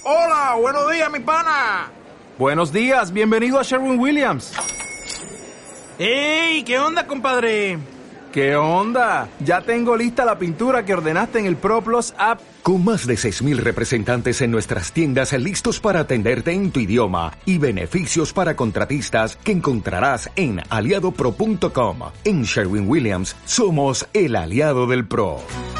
Hola, buenos días, mi pana. Buenos días, bienvenido a Sherwin-Williams. ¡Ey! ¿Qué onda, compadre? ¿Qué onda? Ya tengo lista la pintura que ordenaste en el ProPlus app. Con más de 6,000 representantes en nuestras tiendas listos para atenderte en tu idioma y beneficios para contratistas que encontrarás en aliadopro.com. En Sherwin-Williams somos el aliado del pro.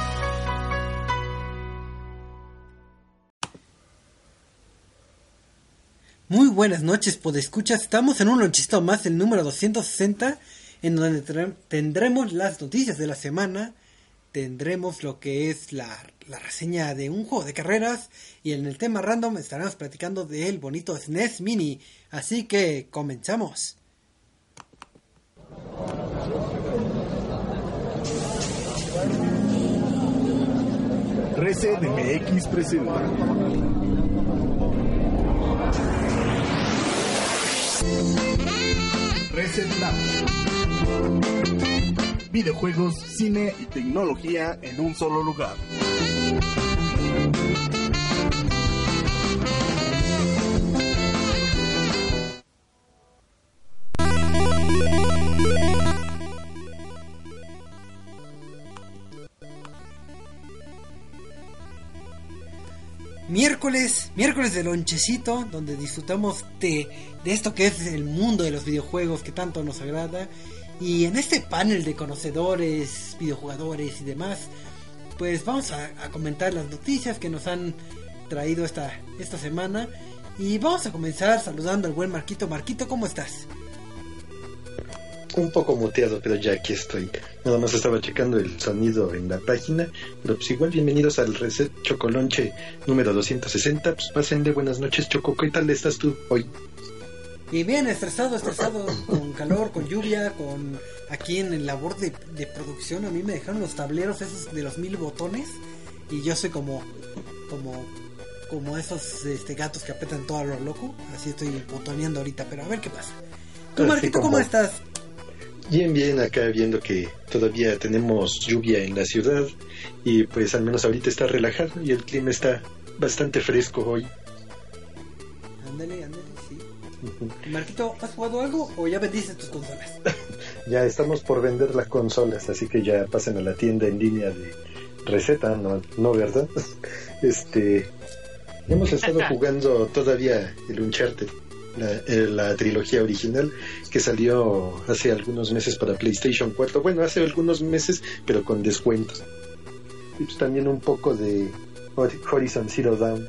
Muy buenas noches, podescuchas. Estamos en un lonchito más, el número 260, en donde tendremos las noticias de la semana, tendremos lo que es la reseña de un juego de carreras, y en el tema random estaremos platicando del bonito SNES Mini. Así que comenzamos. Reset MX presenta Reset Lab. Videojuegos, cine y tecnología en un solo lugar. Miércoles de lonchecito, donde disfrutamos de esto que es el mundo de los videojuegos que tanto nos agrada. Y en este panel de conocedores, videojugadores y demás, pues vamos a comentar las noticias que nos han traído esta semana. Y vamos a comenzar saludando al buen Marquito. Marquito, ¿cómo estás? Un poco muteado, pero ya aquí estoy. Nada más estaba checando el sonido en la página. Pero pues igual, bienvenidos al Reset Chocolonche número 260. Pues pásenle, buenas noches, Choco. ¿Qué tal estás tú hoy? Y bien, estresado, con calor, con lluvia, con aquí en el labor de producción. A mí me dejaron los tableros esos de los 1000 botones. Y yo soy como esos gatos que apretan todo a lo loco. Así estoy botoneando ahorita, pero a ver qué pasa. ¿Tú, Marquito, cómo estás? Bien, acá viendo que todavía tenemos lluvia en la ciudad y pues al menos ahorita está relajado y el clima está bastante fresco hoy. Ándale, sí. Marquito, ¿has jugado algo o ya vendiste tus consolas? Ya estamos por vender las consolas, así que ya pasen a la tienda en línea de Receta, no ¿verdad? Hemos estado jugando todavía el Uncharted. La trilogía original que salió hace algunos meses para PlayStation 4. Bueno, hace algunos meses, pero con descuentos. Y pues también un poco de Horizon Zero Dawn.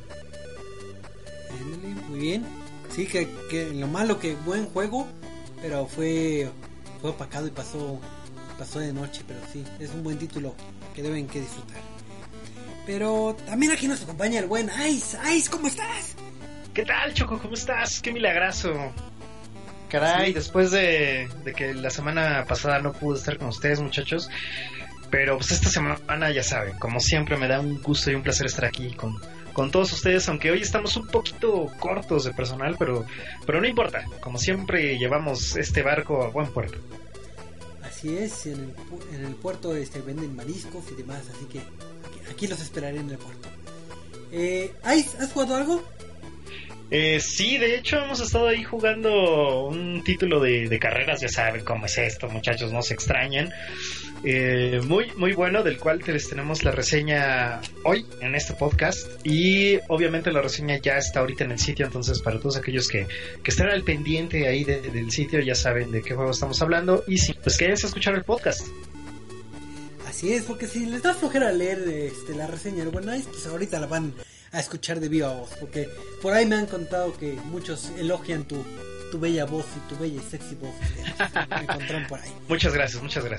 Muy bien. Sí, que lo malo que buen juego, pero fue opacado y pasó de noche. Pero sí, es un buen título que deben que disfrutar. Pero también aquí nos acompaña el buen Ice. Ice, ¿cómo estás? ¿Qué tal, Choco? ¿Cómo estás? ¡Qué milagrazo! Caray, sí. Después de que la semana pasada no pude estar con ustedes, muchachos, pero pues esta semana ya saben, como siempre me da un gusto y un placer estar aquí con todos ustedes, aunque hoy estamos un poquito cortos de personal, pero no importa, como siempre llevamos este barco a buen puerto. Así es, en el puerto venden mariscos y demás, así que aquí los esperaré en el puerto. Ice, ¿has jugado algo? Sí, de hecho hemos estado ahí jugando un título de carreras, ya saben cómo es esto, muchachos, no se extrañen. Muy bueno, del cual les tenemos la reseña hoy en este podcast. Y obviamente la reseña ya está ahorita en el sitio, entonces para todos aquellos que estén al pendiente ahí del sitio ya saben de qué juego estamos hablando. Y sí, pues quédense a escuchar el podcast. Así es, porque si les da flojera leer la reseña del buen Ice, pues ahorita la van a escuchar de viva voz, porque por ahí me han contado que muchos elogian tu bella voz y tu bella y sexy voz. Me encontraron por ahí. Muchas gracias.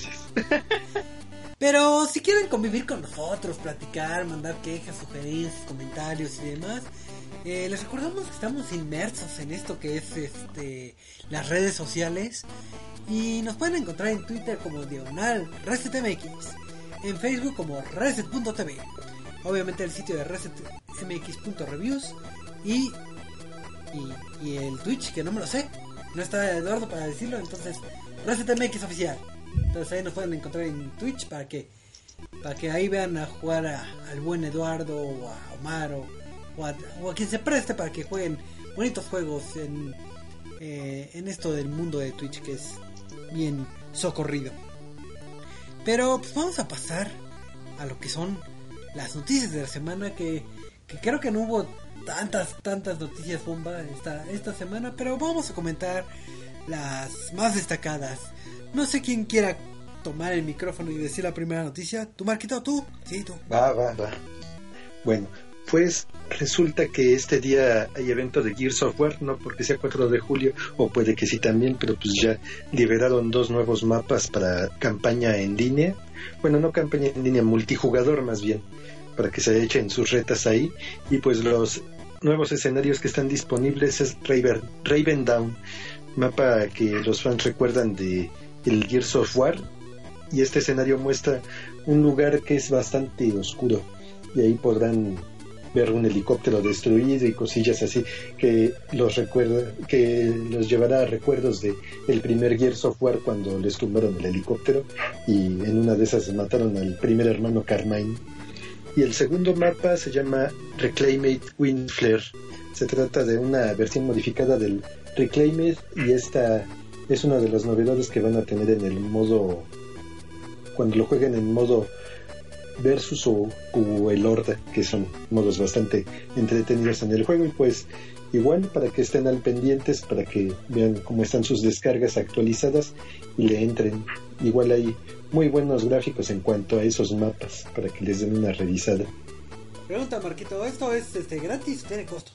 Pero si quieren convivir con nosotros, platicar, mandar quejas, sugerencias, comentarios y demás, les recordamos que estamos inmersos en esto que es las redes sociales, y nos pueden encontrar en Twitter como @ResetMX, en Facebook como Reset.tv, obviamente el sitio de resetmx.reviews y el Twitch, que no me lo sé, no está Eduardo para decirlo, entonces ResetMX oficial. Entonces ahí nos pueden encontrar en Twitch para que ahí vean a jugar al buen Eduardo o a Omar o a quien se preste para que jueguen bonitos juegos en esto del mundo de Twitch, que es bien socorrido. Pero pues vamos a pasar a lo que son las noticias de la semana, que creo que no hubo tantas noticias bomba esta semana, pero vamos a comentar las más destacadas. No sé quién quiera tomar el micrófono y decir la primera noticia. ¿Tú, Marquito? ¿Tú? Sí, tú. Va. Bueno, pues resulta que este día hay evento de Gears of War, no porque sea 4 de julio, o puede que sí también, pero pues ya liberaron 2 nuevos mapas para campaña en línea. Bueno, no campaña en línea, multijugador más bien, para que se echen sus retas ahí. Y pues los nuevos escenarios que están disponibles es Raven Down, mapa que los fans recuerdan de el Gears of War, y este escenario muestra un lugar que es bastante oscuro, y ahí podrán ver un helicóptero destruido y cosillas así que los llevará a recuerdos de el primer Gears of War, cuando les tumbaron el helicóptero y en una de esas mataron al primer hermano Carmine. Y el segundo mapa se llama Reclaimed Windflare. Se trata de una versión modificada del Reclaimed, y esta es una de las novedades que van a tener en el modo, cuando lo jueguen en modo Versus o el Horda, que son modos bastante entretenidos en el juego. Y pues igual, para que estén al pendientes, para que vean cómo están sus descargas actualizadas y le entren. Igual hay muy buenos gráficos en cuanto a esos mapas, para que les den una revisada. Pregunta, Marquito, ¿esto es gratis o tiene costo?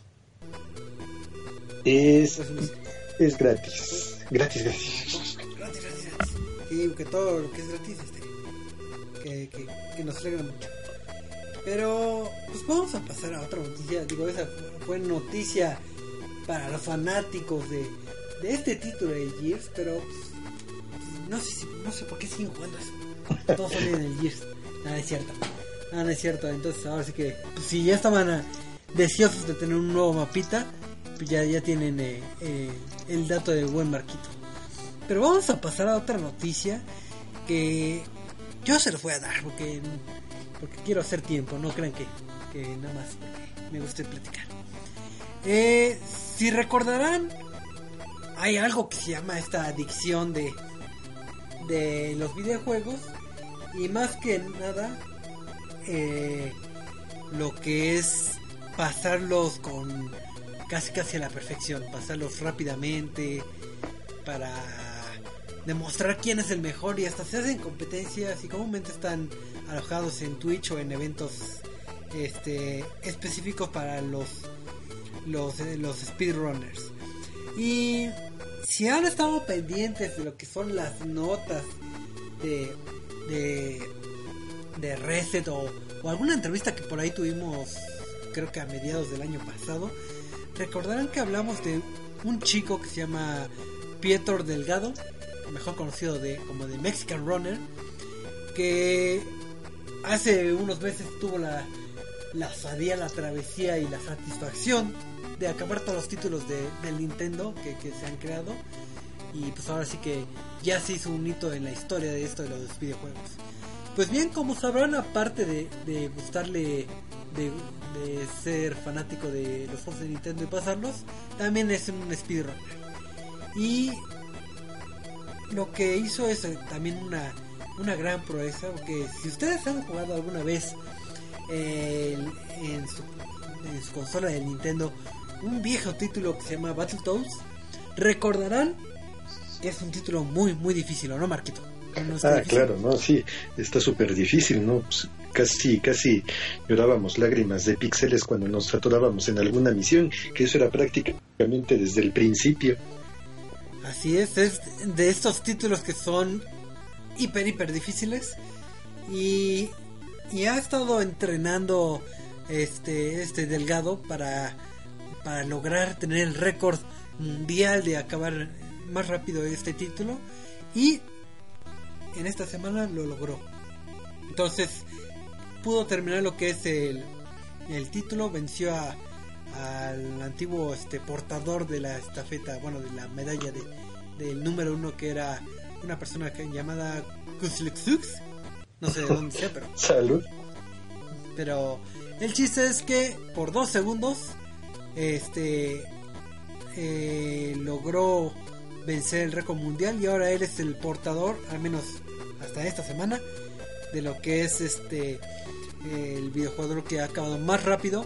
Es gratis. Gratis. Sí, que todo lo que es gratis que nos alegra mucho. Pero pues vamos a pasar a otra noticia. Digo, esa fue noticia para los fanáticos de este título de Gears, pero pues, no sé por qué siguen jugando eso. Todos salen en el Gears. Nada es cierto. Entonces ahora sí que pues, si ya estaban deseosos de tener un nuevo mapita, pues ya tienen el dato de buen Marquito. Pero vamos a pasar a otra noticia que yo se los voy a dar porque quiero hacer tiempo. No crean que nada más me gusta platicar. Si recordarán, hay algo que se llama esta adicción de los videojuegos, y más que nada lo que es pasarlos con casi a la perfección, pasarlos rápidamente para demostrar quién es el mejor, y hasta se hacen competencias y comúnmente están alojados en Twitch o en eventos específicos para los speedrunners. Y si han estado pendientes de lo que son las notas de Reset o alguna entrevista que por ahí tuvimos, creo que a mediados del año pasado, recordarán que hablamos de un chico que se llama Pietro Delgado, mejor conocido como de Mexican Runner, que hace unos meses tuvo la osadía, la travesía y la satisfacción de acabar todos los títulos del Nintendo que se han creado, y pues ahora sí que ya se hizo un hito en la historia de esto de los videojuegos. Pues bien, como sabrán, aparte de gustarle, de ser fanático de los juegos de Nintendo y pasarlos, también es un speedrunner. Y lo que hizo es también una gran proeza, porque si ustedes han jugado alguna vez en su consola de Nintendo un viejo título que se llama Battletoads, recordarán que es un título muy muy difícil, ¿o no, Marquito? ¿No está difícil? Claro, no, sí, está súper difícil, ¿no? Pues casi llorábamos lágrimas de píxeles cuando nos atorábamos en alguna misión, que eso era prácticamente desde el principio. Así es de estos títulos que son hiper difíciles, y ha estado entrenando este Delgado para lograr tener el récord mundial de acabar más rápido este título, y en esta semana lo logró. Entonces pudo terminar lo que es el título, venció al antiguo portador de la estafeta, bueno, de la medalla del número 1, que era una persona llamada Kuzlexux, no sé de dónde sea, pero salud. Pero El chiste es que por 2 segundos logró vencer el récord mundial y ahora él es el portador, al menos hasta esta semana, de lo que es el videojugador que ha acabado más rápido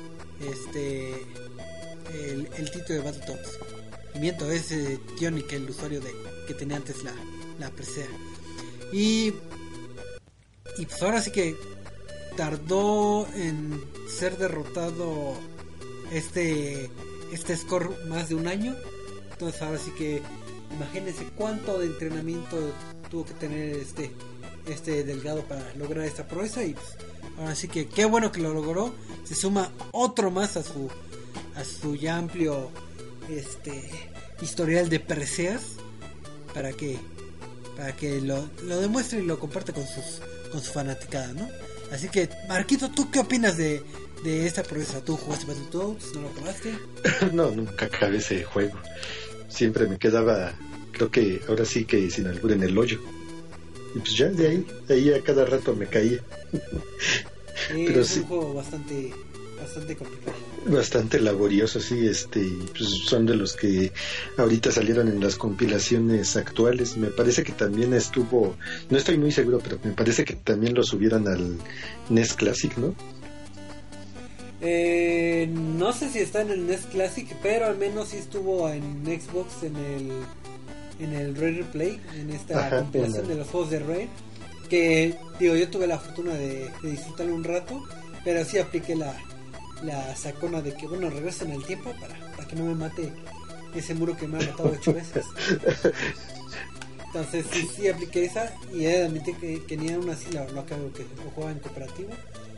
el título de Battletoads. Y miento, es Tionic, el usuario que tenía antes la presea. Y pues ahora sí que tardó en ser derrotado este score más de un año. Entonces ahora sí que imagínense cuánto de entrenamiento tuvo que tener este Delgado para lograr esta proeza. Y pues ahora sí que qué bueno que lo logró. Se suma otro más a su ya amplio historial de preseas para que lo demuestre y lo comparte con su fanaticada, ¿no? Así que, Marquito, ¿tú qué opinas de esta proeza? ¿Tú jugaste Battletoads? ¿No lo acabaste? No, nunca acabé ese juego. Siempre me quedaba, creo que ahora sí que sin albur, en el hoyo. Y pues ya de ahí a cada rato me caía. Pero es un juego bastante complicado. Bastante laborioso, sí, pues son de los que ahorita salieron en las compilaciones actuales. Me parece que también estuvo, no estoy muy seguro, pero me parece que también lo subieron al NES Classic, ¿no? No sé si está en el NES Classic, pero al menos sí estuvo en Xbox en el Rare Replay, en esta compilación de los juegos de Rare, que digo, yo tuve la fortuna de disfrutarlo un rato, pero sí apliqué la sacona de que bueno, regreso en el tiempo para que no me mate ese muro que me ha matado 8 veces. Entonces sí apliqué esa, y he de admitir que ni aún así lo acabo, que lo jugaba en cooperativo,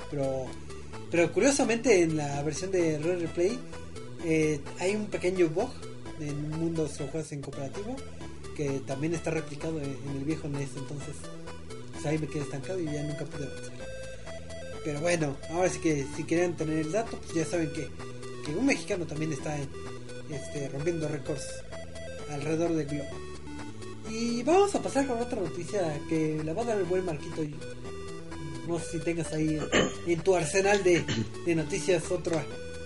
pero curiosamente en la versión de Rare Replay hay un pequeño bug en un mundo si lo juegas en cooperativo, que también está replicado en el viejo NES. Entonces pues ahí me quedé estancado y ya nunca pude avanzar. Pero bueno, ahora sí que si quieren tener el dato, pues ya saben que un mexicano también está rompiendo récords alrededor del globo. Y vamos a pasar con otra noticia que la va a dar el buen Marquito. No sé si tengas ahí en tu arsenal de noticias otra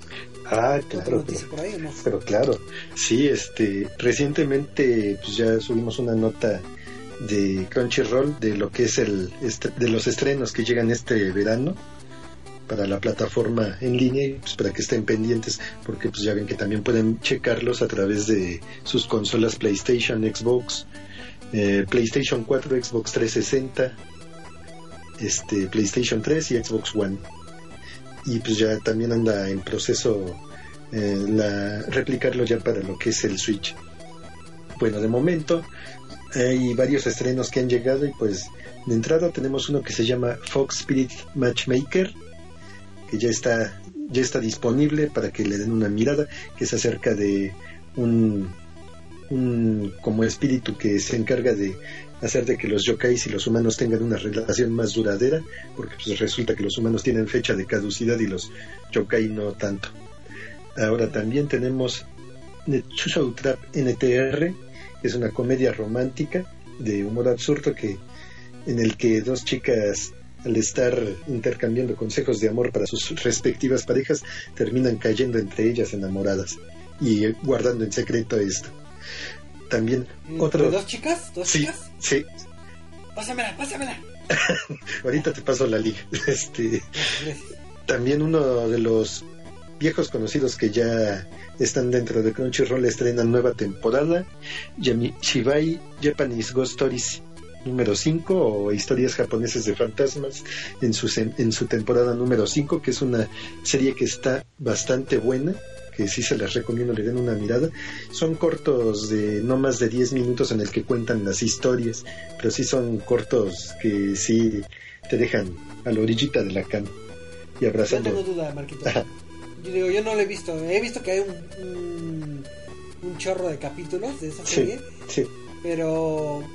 noticia por ahí, ¿o no? Pero claro, sí, recientemente pues ya subimos una nota de Crunchyroll de lo que es de los estrenos que llegan este verano para la plataforma en línea, y pues para que estén pendientes, porque pues ya ven que también pueden checarlos a través de sus consolas PlayStation, Xbox, PlayStation 4, Xbox 360, PlayStation 3 y Xbox One. Y pues ya también anda en proceso replicarlo ya para lo que es el Switch. Bueno, de momento hay varios estrenos que han llegado, y pues de entrada tenemos uno que se llama Fox Spirit Matchmaker, que ya está disponible para que le den una mirada, que es acerca de un como espíritu que se encarga de hacer de que los yokais y los humanos tengan una relación más duradera, porque pues resulta que los humanos tienen fecha de caducidad y los yokai no tanto. Ahora también tenemos Chusou Trap NTR, que es una comedia romántica de humor absurdo en el que dos chicas, al estar intercambiando consejos de amor para sus respectivas parejas, terminan cayendo entre ellas enamoradas y guardando en secreto esto. También otro... ¿Dos chicas? ¿Chicas? Sí. Pásamela. Ahorita te paso la liga. También uno de los viejos conocidos que ya están dentro de Crunchyroll estrena nueva temporada, Shibai Japanese Ghost Stories número 5, o historias japonesas de fantasmas, en su temporada número 5, que es una serie que está bastante buena, que sí se las recomiendo, le den una mirada. Son cortos de no más de 10 minutos en el que cuentan las historias, pero sí son cortos que sí te dejan a la orillita de la cama y abrazando. No tengo duda, Marquito. Yo no lo he visto. He visto que hay un chorro de capítulos de esa serie. Sí. Pero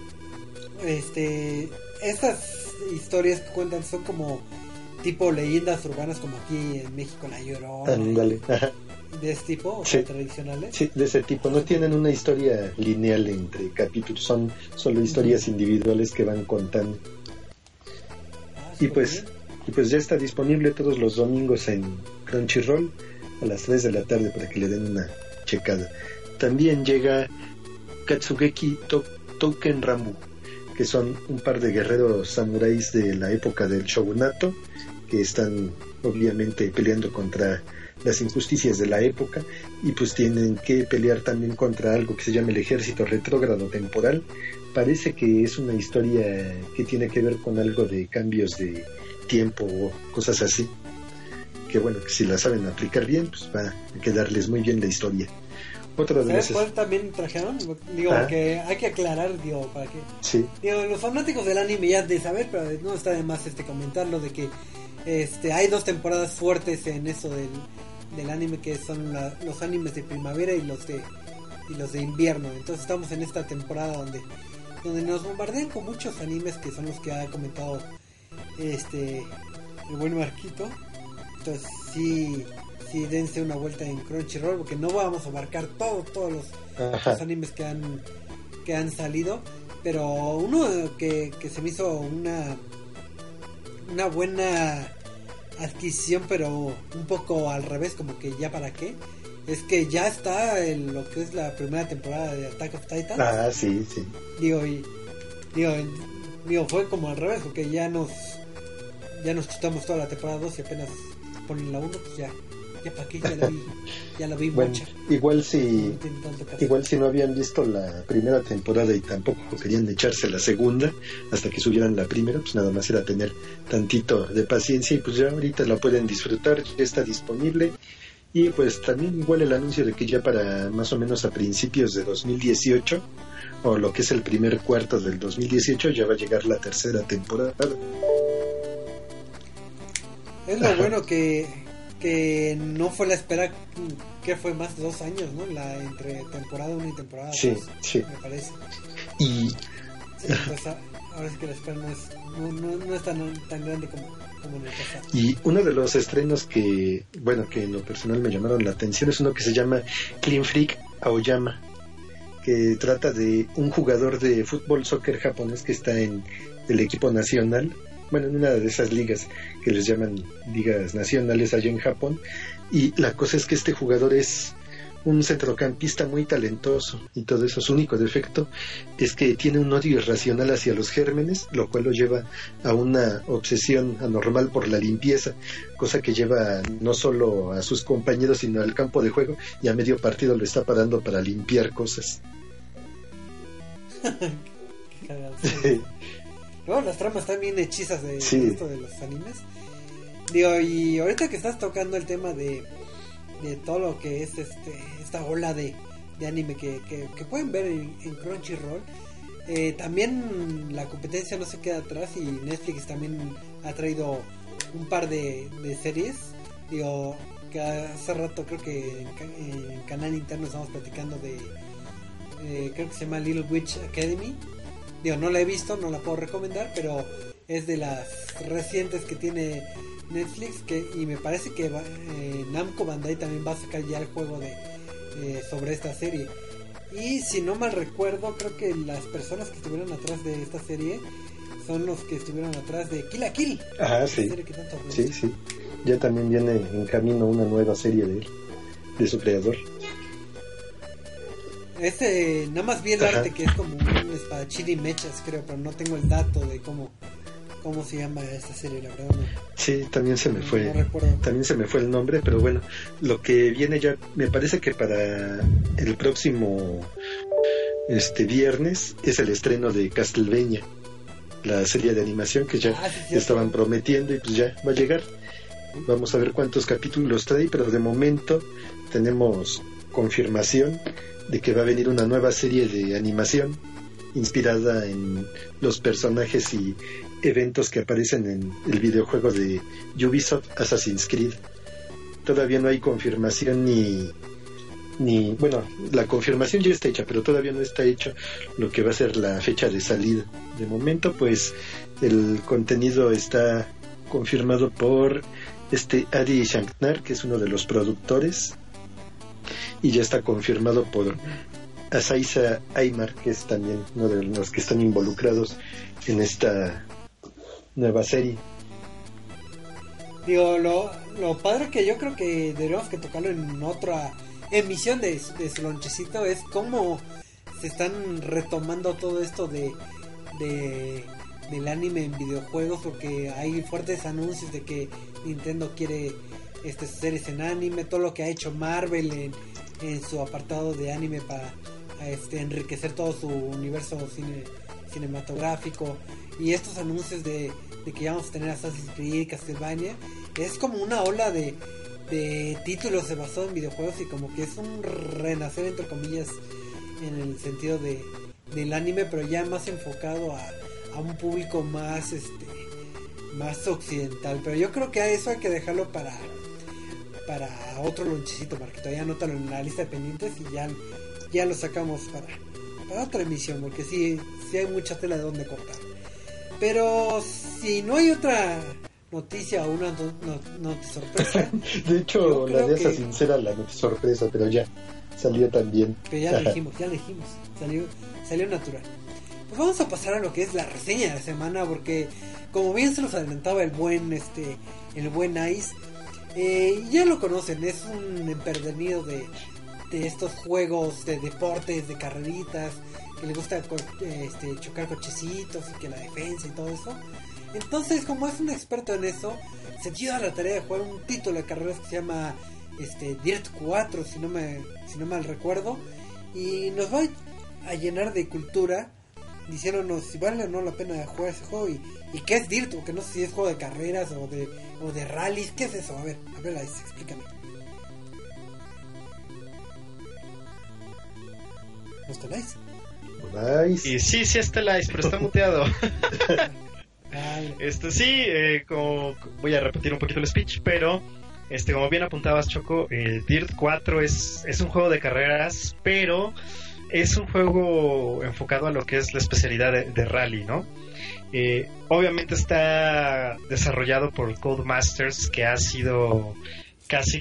estas historias que cuentan son como tipo leyendas urbanas, como aquí en México La Llorona. Ándale. De ese tipo, o sea, tradicionales. Sí, de ese tipo. No tienen una historia lineal entre capítulos, son solo historias individuales que van contando. Y pues Y pues ya está disponible todos los domingos en Crunchyroll a las 3 de la tarde para que le den una checada. También llega Katsugeki Touken Ranbu, que son un par de guerreros samuráis de la época del shogunato, que están obviamente peleando contra las injusticias de la época, y pues tienen que pelear también contra algo que se llama el ejército retrógrado temporal. Parece que es una historia que tiene que ver con algo de cambios de tiempo o cosas así, que bueno, que si la saben aplicar bien, pues va a quedarles muy bien la historia. Otra de ¿Sabes cuál también trajeron? Digo, que hay que aclarar, digo, para que... Sí. Digo, los fanáticos del anime ya de saber, pero no está de más comentarlo, de que hay 2 temporadas fuertes en eso del anime, que son los animes de primavera y los de invierno. Entonces estamos en esta temporada donde nos bombardean con muchos animes, que son los que ha comentado el buen Marquito. Entonces sí, dense una vuelta en Crunchyroll, porque no vamos a abarcar todos los animes que han salido, pero uno que se me hizo una buena adquisición, pero un poco al revés, como que ya para qué, es que ya está lo que es la primera temporada de Attack of Titans. Sí. Digo, fue como al revés, porque ya nos chutamos toda la temporada 2 y apenas ponen la 1, pues ya para qué, ya la vi bueno, mucha. Igual si no habían visto la primera temporada y tampoco querían echarse la segunda hasta que subieran la primera, pues nada más era tener tantito de paciencia, y pues ya ahorita la pueden disfrutar, ya está disponible. Y pues también igual el anuncio de que ya para más o menos a principios de 2018, o lo que es el primer cuarto del 2018, ya va a llegar la tercera temporada. Es lo bueno que no fue la espera, que fue más de 2 años, ¿no? Entre temporada 1 y temporada 2, sí, me parece. Y pues ahora es que la espera no es tan grande como en el pasado. Y uno de los estrenos que en lo personal me llamaron la atención es uno que se llama Clean Freak Aoyama, que trata de un jugador de fútbol soccer japonés que está en el equipo nacional, en una de esas ligas que les llaman ligas nacionales allá en Japón, y la cosa es que este jugador es un centrocampista muy talentoso y todo eso. Su único defecto es que tiene un odio irracional hacia los gérmenes, lo cual lo lleva a una obsesión anormal por la limpieza, cosa que lleva no solo a sus compañeros sino al campo de juego, y a medio partido lo está parando para limpiar cosas. Qué cagado, sí. No, las tramas están bien hechizas de esto de los animes. Digo, y ahorita que estás tocando el tema de todo lo que es esta ola de anime que pueden ver en Crunchyroll, también la competencia no se queda atrás, y Netflix también ha traído un par de series. Digo, que hace rato creo que en canal interno estamos platicando creo que se llama Little Witch Academy. Digo, no la he visto, no la puedo recomendar, pero es de las recientes que tiene Netflix, y me parece que Namco Bandai también va a sacar ya el juego sobre esta serie. Y si no mal recuerdo, creo que las personas que estuvieron atrás de esta serie son los que estuvieron atrás de Kill la Kill. Sí. Sí. Ya también viene en camino una nueva serie de su creador. Nada más vi el arte, que es como un espadachín y mechas, creo, pero no tengo el dato de cómo se llama esta serie, la verdad. Sí, también se me fue. No recuerdo. También se me fue el nombre, pero bueno, lo que viene ya, me parece que para el próximo viernes es el estreno de Castlevania, la serie de animación que ya estaban prometiendo, y pues ya va a llegar. Vamos a ver cuántos capítulos trae, pero de momento tenemos confirmación de que va a venir una nueva serie de animación inspirada en los personajes y eventos que aparecen en el videojuego de Ubisoft, Assassin's Creed. Todavía no hay confirmación ni la confirmación ya está hecha, pero todavía no está hecho lo que va a ser la fecha de salida. De momento, pues el contenido está confirmado por Adi Shankar, que es uno de los productores, y ya está confirmado por Asaisa Aymar, que es también uno de los que están involucrados en esta nueva serie. Digo, lo padre que yo creo que deberíamos que tocarlo en otra emisión de su lonchecito es cómo se están retomando todo esto del anime en videojuegos, porque hay fuertes anuncios de que Nintendo quiere series en anime, todo lo que ha hecho Marvel en su apartado de anime para enriquecer todo su universo cinematográfico, y estos anuncios de que ya vamos a tener Assassin's Creed, Castlevania, es como una ola de títulos basados en videojuegos, y como que es un renacer entre comillas en el sentido del anime, pero ya más enfocado a un público más más occidental. Pero yo creo que a eso hay que dejarlo para otro lonchecito, para que todavía anótalo en la lista de pendientes y ya lo sacamos para otra emisión, porque sí hay mucha tela de donde cortar. Pero si no hay otra noticia o una noticia sorpresa, de hecho la de esa sincera la noticia sorpresa, pero ya salió también. Pero ya lo dijimos, salió natural. Pues vamos a pasar a lo que es la reseña de la semana, porque como bien se nos adelantaba el buen Ice, ya lo conocen, es un empedernido de estos juegos de deportes, de carreritas, que le gusta chocar cochecitos y que la defensa y todo eso. Entonces, como es un experto en eso, se dio a la tarea de jugar un título de carreras que se llama Dirt 4, si no mal recuerdo, y nos va a llenar de cultura diciéndonos si vale o no la pena jugar ese juego y qué es Dirt, porque no sé si es juego de carreras o de rallies. ¿Qué es eso? A ver, Lice, explícame. ¿No está Lice? Y sí está Lice, pero está muteado. Vale. Sí, como voy a repetir un poquito el speech, pero como bien apuntabas, Choco, Dirt 4 es un juego de carreras, pero es un juego enfocado a lo que es la especialidad de rally, ¿no? Obviamente está desarrollado por Codemasters, que ha sido casi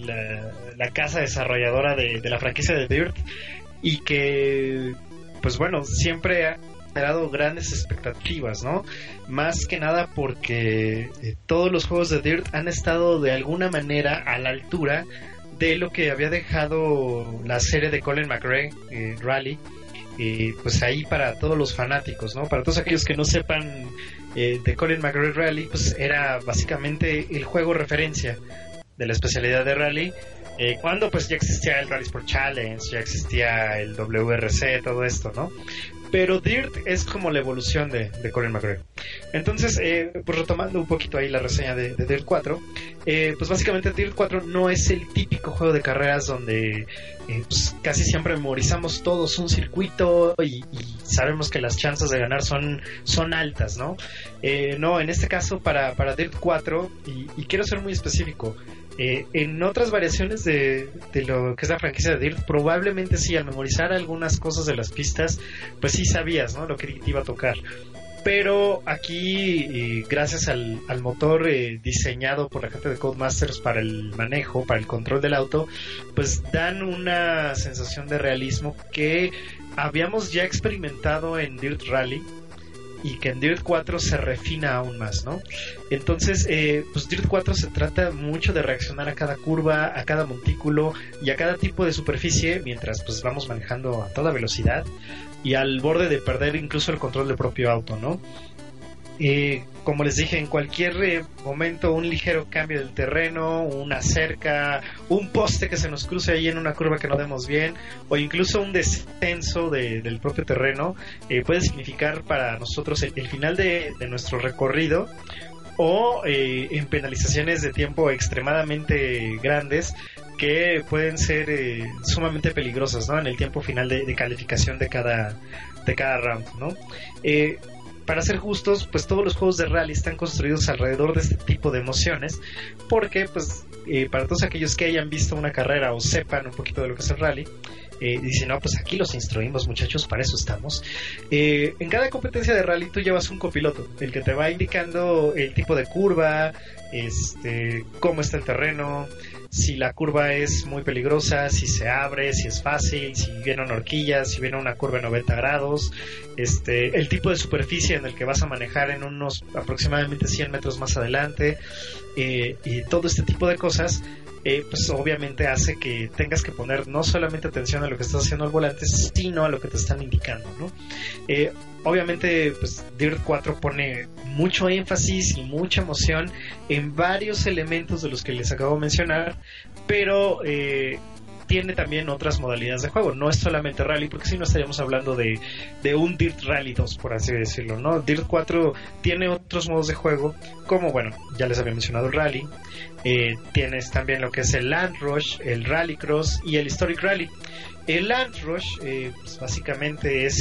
la casa desarrolladora de la franquicia de Dirt, y que, pues bueno, siempre ha generado grandes expectativas, ¿no? Más que nada porque todos los juegos de Dirt han estado de alguna manera a la altura de lo que había dejado la serie de Colin McRae, Rally, pues ahí para todos los fanáticos, ¿no? Para todos aquellos que no sepan de Colin McRae Rally, pues era básicamente el juego referencia de la especialidad de rally, cuando pues ya existía el Rally Sport Challenge, ya existía el WRC, todo esto, ¿no? Pero Dirt es como la evolución de Colin McRae. Entonces, pues retomando un poquito ahí la reseña de Dirt 4, pues básicamente Dirt 4 no es el típico juego de carreras donde pues casi siempre memorizamos todos un circuito y sabemos que las chances de ganar son altas, ¿no? No, en este caso para Dirt 4, y quiero ser muy específico, en otras variaciones de lo que es la franquicia de Dirt, probablemente sí, al memorizar algunas cosas de las pistas, pues sí sabías, ¿no?, lo que te iba a tocar. Pero aquí, gracias al motor diseñado por la gente de Codemasters para el manejo, para el control del auto, pues dan una sensación de realismo que habíamos ya experimentado en Dirt Rally, y que en Dirt 4 se refina aún más, ¿no? Entonces, pues Dirt 4 se trata mucho de reaccionar a cada curva, a cada montículo y a cada tipo de superficie, mientras pues vamos manejando a toda velocidad y al borde de perder incluso el control del propio auto, ¿no? Como les dije, en cualquier momento un ligero cambio del terreno, una cerca, un poste que se nos cruce ahí en una curva que no demos bien, o incluso un descenso del propio terreno, puede significar para nosotros el final de nuestro recorrido, o en penalizaciones de tiempo extremadamente grandes que pueden ser sumamente peligrosas, ¿no?, en el tiempo final de calificación de cada round, ¿no? Para ser justos, pues todos los juegos de rally están construidos alrededor de este tipo de emociones, porque pues para todos aquellos que hayan visto una carrera o sepan un poquito de lo que es el rally, dicen, no, pues aquí los instruimos, muchachos, para eso estamos. En cada competencia de rally tú llevas un copiloto, el que te va indicando el tipo de curva, cómo está el terreno, si la curva es muy peligrosa, si se abre, si es fácil, si viene una horquilla, si viene una curva de 90 grados, el tipo de superficie en el que vas a manejar en unos aproximadamente 100 metros más adelante, y todo este tipo de cosas, pues obviamente hace que tengas que poner no solamente atención a lo que estás haciendo al volante, sino a lo que te están indicando, ¿no? Obviamente, pues Dirt 4 pone mucho énfasis y mucha emoción en varios elementos de los que les acabo de mencionar, pero tiene también otras modalidades de juego. No es solamente rally, porque si no estaríamos hablando de un Dirt Rally 2, por así decirlo, ¿no? Dirt 4 tiene otros modos de juego, como, bueno, ya les había mencionado el rally. Tienes también lo que es el Land Rush, el Rallycross y el Historic Rally. El Land Rush, pues básicamente es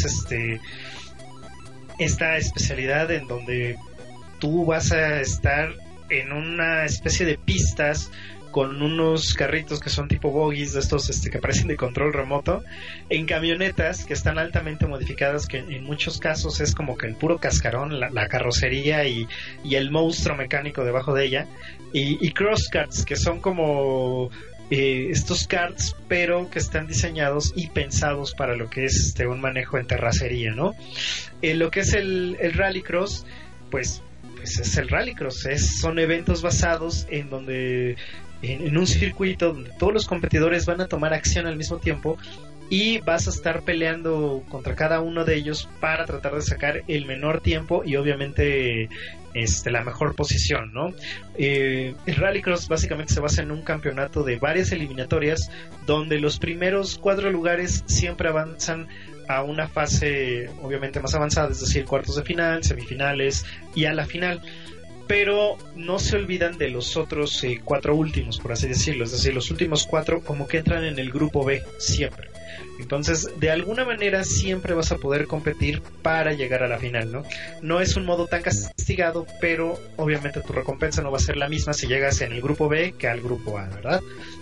esta especialidad en donde tú vas a estar en una especie de pistas con unos carritos que son tipo bogies, de estos que parecen de control remoto, en camionetas que están altamente modificadas, que en muchos casos es como que el puro cascarón, la carrocería y el monstruo mecánico debajo de ella, y cross karts, que son como estos karts, pero que están diseñados y pensados para lo que es un manejo en terracería, ¿no? Lo que es el Rallycross, pues es el Rallycross, son eventos basados en donde en un circuito donde todos los competidores van a tomar acción al mismo tiempo y vas a estar peleando contra cada uno de ellos para tratar de sacar el menor tiempo y obviamente la mejor posición, ¿no? El Rallycross básicamente se basa en un campeonato de varias eliminatorias donde los primeros 4 lugares siempre avanzan a una fase obviamente más avanzada, es decir, cuartos de final, semifinales y a la final, pero no se olvidan de los otros 4 últimos, por así decirlo, es decir, los últimos 4 como que entran en el grupo B siempre. Entonces, de alguna manera siempre vas a poder competir para llegar a la final, ¿no? No es un modo tan castigado, pero obviamente tu recompensa no va a ser la misma si llegas en el grupo B que al grupo A, ¿verdad?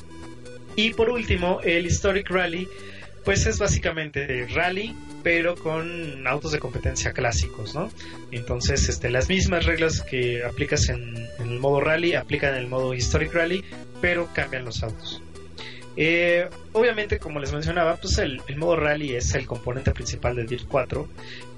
Y por último, el Historic Rally, pues es básicamente rally, pero con autos de competencia clásicos, ¿no? Entonces, las mismas reglas que aplicas en el modo rally aplican en el modo Historic Rally, pero cambian los autos. Obviamente, como les mencionaba, pues el modo rally es el componente principal de Dirt 4.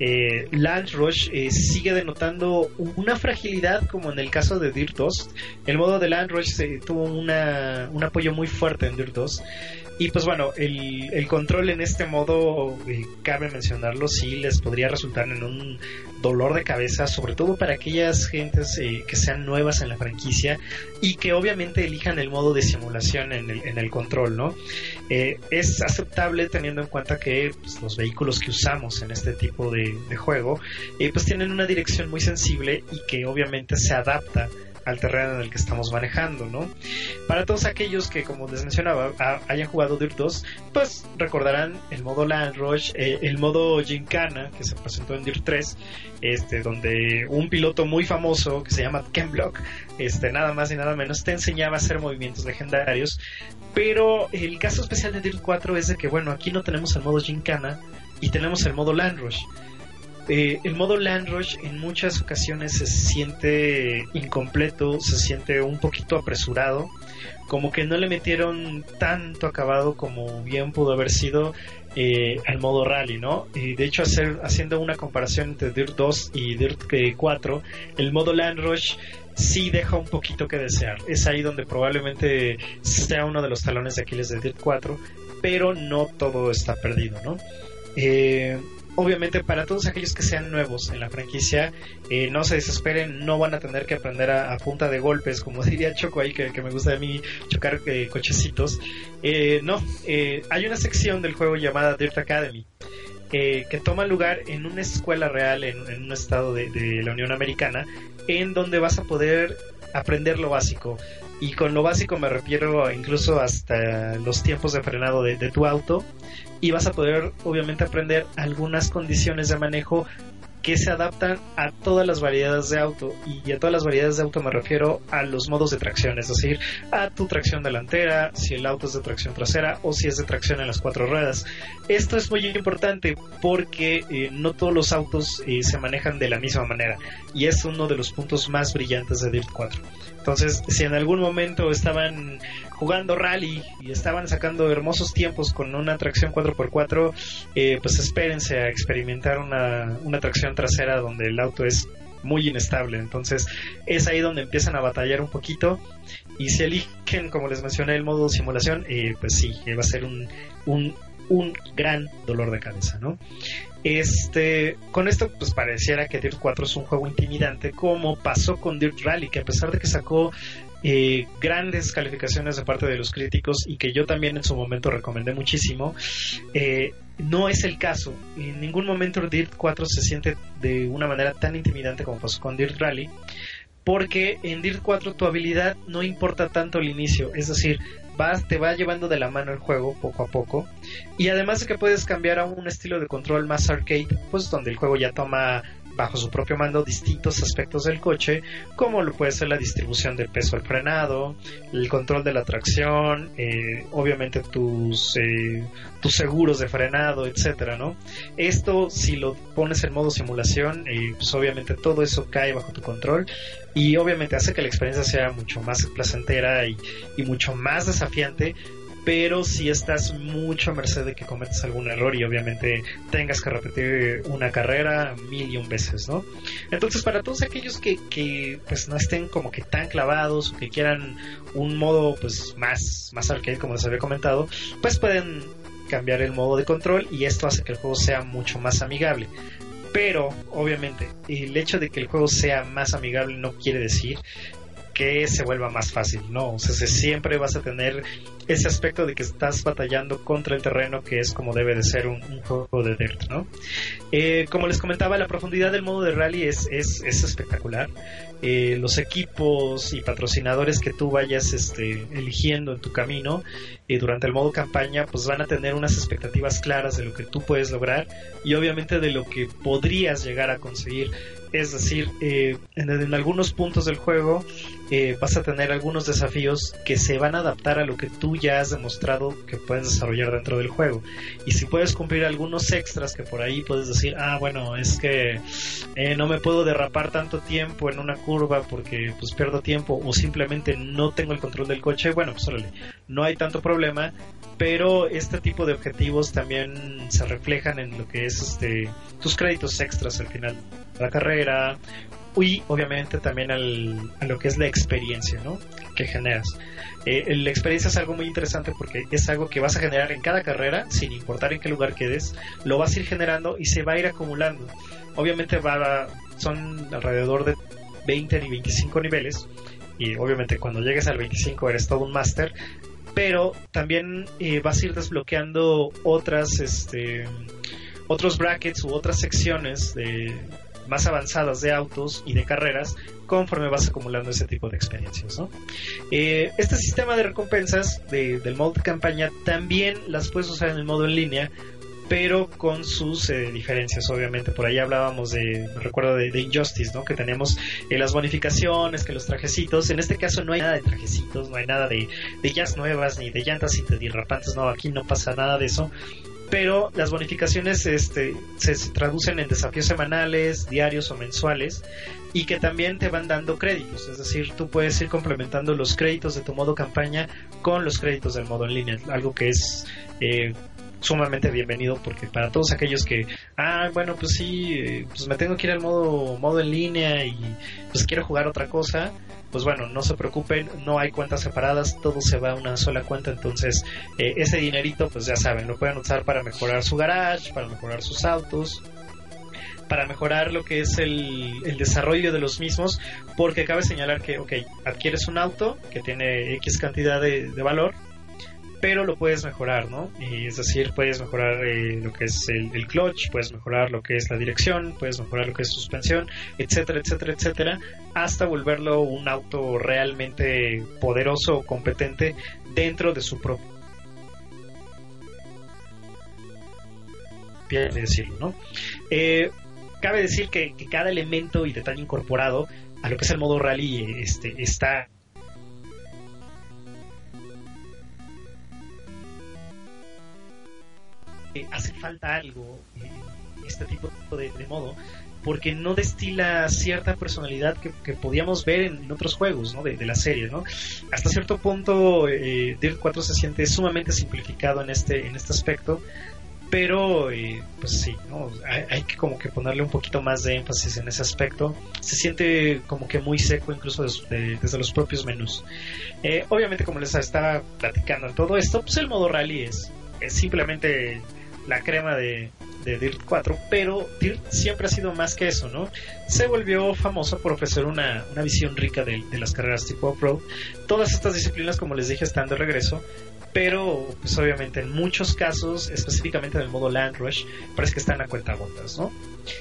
Land Rush sigue denotando una fragilidad, como en el caso de Dirt 2. El modo de Land Rush tuvo un apoyo muy fuerte en Dirt 2. Y pues bueno, el control en este modo, cabe mencionarlo, sí les podría resultar en un dolor de cabeza, sobre todo para aquellas gentes que sean nuevas en la franquicia y que obviamente elijan el modo de simulación en el control, ¿no? Es aceptable teniendo en cuenta que pues, los vehículos que usamos en este tipo de juego pues tienen una dirección muy sensible y que obviamente se adapta al terreno en el que estamos manejando, ¿no? Para todos aquellos que, como les mencionaba, hayan jugado Dirt 2, pues recordarán el modo Land Rush, el modo Gincana, que se presentó en Dirt 3, donde un piloto muy famoso, que se llama Ken Block, nada más y nada menos, te enseñaba a hacer movimientos legendarios. Pero el caso especial de Dirt 4 es de que, bueno, aquí no tenemos el modo Gincana y tenemos el modo Land Rush. El modo Land Rush en muchas ocasiones se siente incompleto, se siente un poquito apresurado, como que no le metieron tanto acabado como bien pudo haber sido al modo rally, ¿no? De hecho, haciendo una comparación entre Dirt 2 y Dirt 4, el modo Land Rush sí deja un poquito que desear. Es ahí donde probablemente sea uno de los talones de Aquiles de Dirt 4, pero no todo está perdido, ¿no? Obviamente, para todos aquellos que sean nuevos en la franquicia, no se desesperen, no van a tener que aprender a punta de golpes, como diría Choco ahí, que me gusta a mí chocar cochecitos. Hay una sección del juego llamada Dirt Academy, que toma lugar en una escuela real en un estado de la Unión Americana, en donde vas a poder aprender lo básico. Y con lo básico me refiero incluso hasta los tiempos de frenado de tu auto, y vas a poder obviamente aprender algunas condiciones de manejo que se adaptan a todas las variedades de auto, y a todas las variedades de auto me refiero a los modos de tracción, es decir, a tu tracción delantera, si el auto es de tracción trasera o si es de tracción en las 4 ruedas. Esto es muy importante porque no todos los autos se manejan de la misma manera, y es uno de los puntos más brillantes de Dirt 4. Entonces, si en algún momento estaban jugando rally y estaban sacando hermosos tiempos con una tracción 4x4, pues espérense a experimentar una tracción trasera donde el auto es muy inestable. Entonces es ahí donde empiezan a batallar un poquito, y si eligen, como les mencioné, el modo simulación, pues sí, va a ser un gran dolor de cabeza, ¿no? Con esto pues pareciera que Dirt 4 es un juego intimidante, como pasó con Dirt Rally, que a pesar de que sacó grandes calificaciones de parte de los críticos, y que yo también en su momento recomendé muchísimo, no es el caso. En ningún momento Dirt 4 se siente de una manera tan intimidante como pasó con Dirt Rally, porque en Dirt 4 tu habilidad no importa tanto al inicio, es decir, te va llevando de la mano el juego poco a poco, y además de que puedes cambiar a un estilo de control más arcade, pues donde el juego ya toma bajo su propio mando distintos aspectos del coche, como lo puede ser la distribución del peso al frenado, el control de la tracción, obviamente tus seguros de frenado, etcétera, ¿no? Esto, si lo pones en modo simulación, pues obviamente todo eso cae bajo tu control, y obviamente hace que la experiencia sea mucho más placentera y mucho más desafiante, pero si estás mucho a merced de que cometas algún error y obviamente tengas que repetir una carrera 1000 veces, ¿no? Entonces, para todos aquellos que pues no estén como que tan clavados, o que quieran un modo pues más arcade, como les había comentado, pues pueden cambiar el modo de control, y esto hace que el juego sea mucho más amigable. Pero obviamente el hecho de que el juego sea más amigable no quiere decir que se vuelva más fácil, ¿no? O sea, siempre vas a tener ese aspecto de que estás batallando contra el terreno, que es como debe de ser un juego de Dirt, ¿no? Como les comentaba, la profundidad del modo de rally es espectacular. Los equipos y patrocinadores que tú vayas eligiendo en tu camino durante el modo campaña, pues van a tener unas expectativas claras de lo que tú puedes lograr, y obviamente de lo que podrías llegar a conseguir. Es decir, en algunos puntos del juego vas a tener algunos desafíos que se van a adaptar a lo que tú ya has demostrado que puedes desarrollar dentro del juego, y si puedes cumplir algunos extras que por ahí puedes decir, bueno, es que no me puedo derrapar tanto tiempo en una curva porque pues pierdo tiempo, o simplemente no tengo el control del coche, bueno, pues órale, no hay tanto problema. Pero este tipo de objetivos también se reflejan en lo que es tus créditos extras al final de la carrera, y obviamente también a lo que es la experiencia, ¿no?, que generas. La experiencia es algo muy interesante porque es algo que vas a generar en cada carrera, sin importar en qué lugar quedes, lo vas a ir generando y se va a ir acumulando. Obviamente son alrededor de 20 y 25 niveles, y obviamente cuando llegues al 25 eres todo un máster, pero también vas a ir desbloqueando otros brackets u otras secciones más avanzadas de autos y de carreras conforme vas acumulando ese tipo de experiencias, ¿no? Este sistema de recompensas del modo de campaña también las puedes usar en el modo en línea, pero con sus diferencias. Obviamente por ahí hablábamos me recuerdo de Injustice, ¿no?, que tenemos las bonificaciones, que los trajecitos. En este caso no hay nada de trajecitos, no hay nada de llantas nuevas, ni de llantas antiderrapantes, no, aquí no pasa nada de eso. Pero las bonificaciones se traducen en desafíos semanales, diarios o mensuales, y que también te van dando créditos. Es decir, tú puedes ir complementando los créditos de tu modo campaña con los créditos del modo en línea, algo que es sumamente bienvenido, porque para todos aquellos que bueno, pues sí, pues me tengo que ir al modo en línea y pues quiero jugar otra cosa, pues bueno, no se preocupen, no hay cuentas separadas, todo se va a una sola cuenta. Entonces ese dinerito, pues ya saben, lo pueden usar para mejorar su garage, para mejorar sus autos, para mejorar lo que es el desarrollo de los mismos, porque cabe señalar que, adquieres un auto que tiene X cantidad de valor, pero lo puedes mejorar, ¿no? Es decir, puedes mejorar lo que es el clutch, puedes mejorar lo que es la dirección, puedes mejorar lo que es suspensión, etcétera, etcétera, etcétera, hasta volverlo un auto realmente poderoso o competente dentro de su propia, decirlo, ¿no? Cabe decir que cada elemento y detalle incorporado a lo que es el modo rally está hace falta algo este tipo de modo, porque no destila cierta personalidad que podíamos ver en otros juegos, ¿no? de la serie, ¿no? Hasta cierto punto Dirt 4 se siente sumamente simplificado en este aspecto, pero pues sí, ¿no? Hay que como que ponerle un poquito más de énfasis en ese aspecto. Se siente como que muy seco incluso desde los propios menús. Obviamente, como les estaba platicando en todo esto, pues el modo rally es simplemente la crema de Dirt 4, pero Dirt siempre ha sido más que eso, ¿no? Se volvió famoso por ofrecer una visión rica de las carreras tipo off-road. Todas estas disciplinas, como les dije, están de regreso, pero pues obviamente en muchos casos, específicamente en el modo Land Rush, parece que están a cuentagotas, ¿no?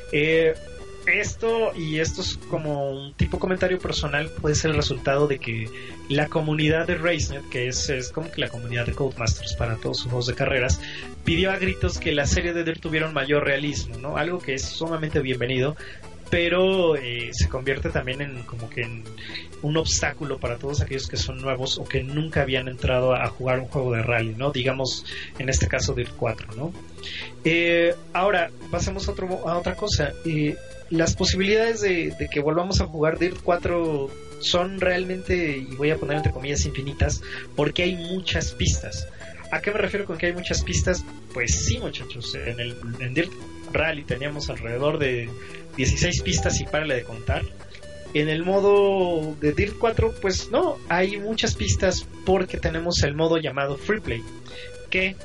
Esto es como un tipo comentario personal, puede ser el resultado de que la comunidad de RaceNet, que es como que la comunidad de Codemasters para todos sus juegos de carreras, pidió a gritos que la serie de Dirt tuviera un mayor realismo, ¿no? Algo que es sumamente bienvenido, pero se convierte también en como que en un obstáculo para todos aquellos que son nuevos o que nunca habían entrado a jugar un juego de rally, ¿no? Digamos, en este caso Dirt 4, ¿no? Ahora, pasemos a otra cosa. Las posibilidades de que volvamos a jugar Dirt 4 son realmente, y voy a poner entre comillas, infinitas, porque hay muchas pistas. ¿A qué me refiero con que hay muchas pistas? Pues sí, muchachos, en Dirt Rally teníamos alrededor de 16 pistas y párale de contar. En el modo de Dirt 4, pues no, hay muchas pistas porque tenemos el modo llamado Free Play, que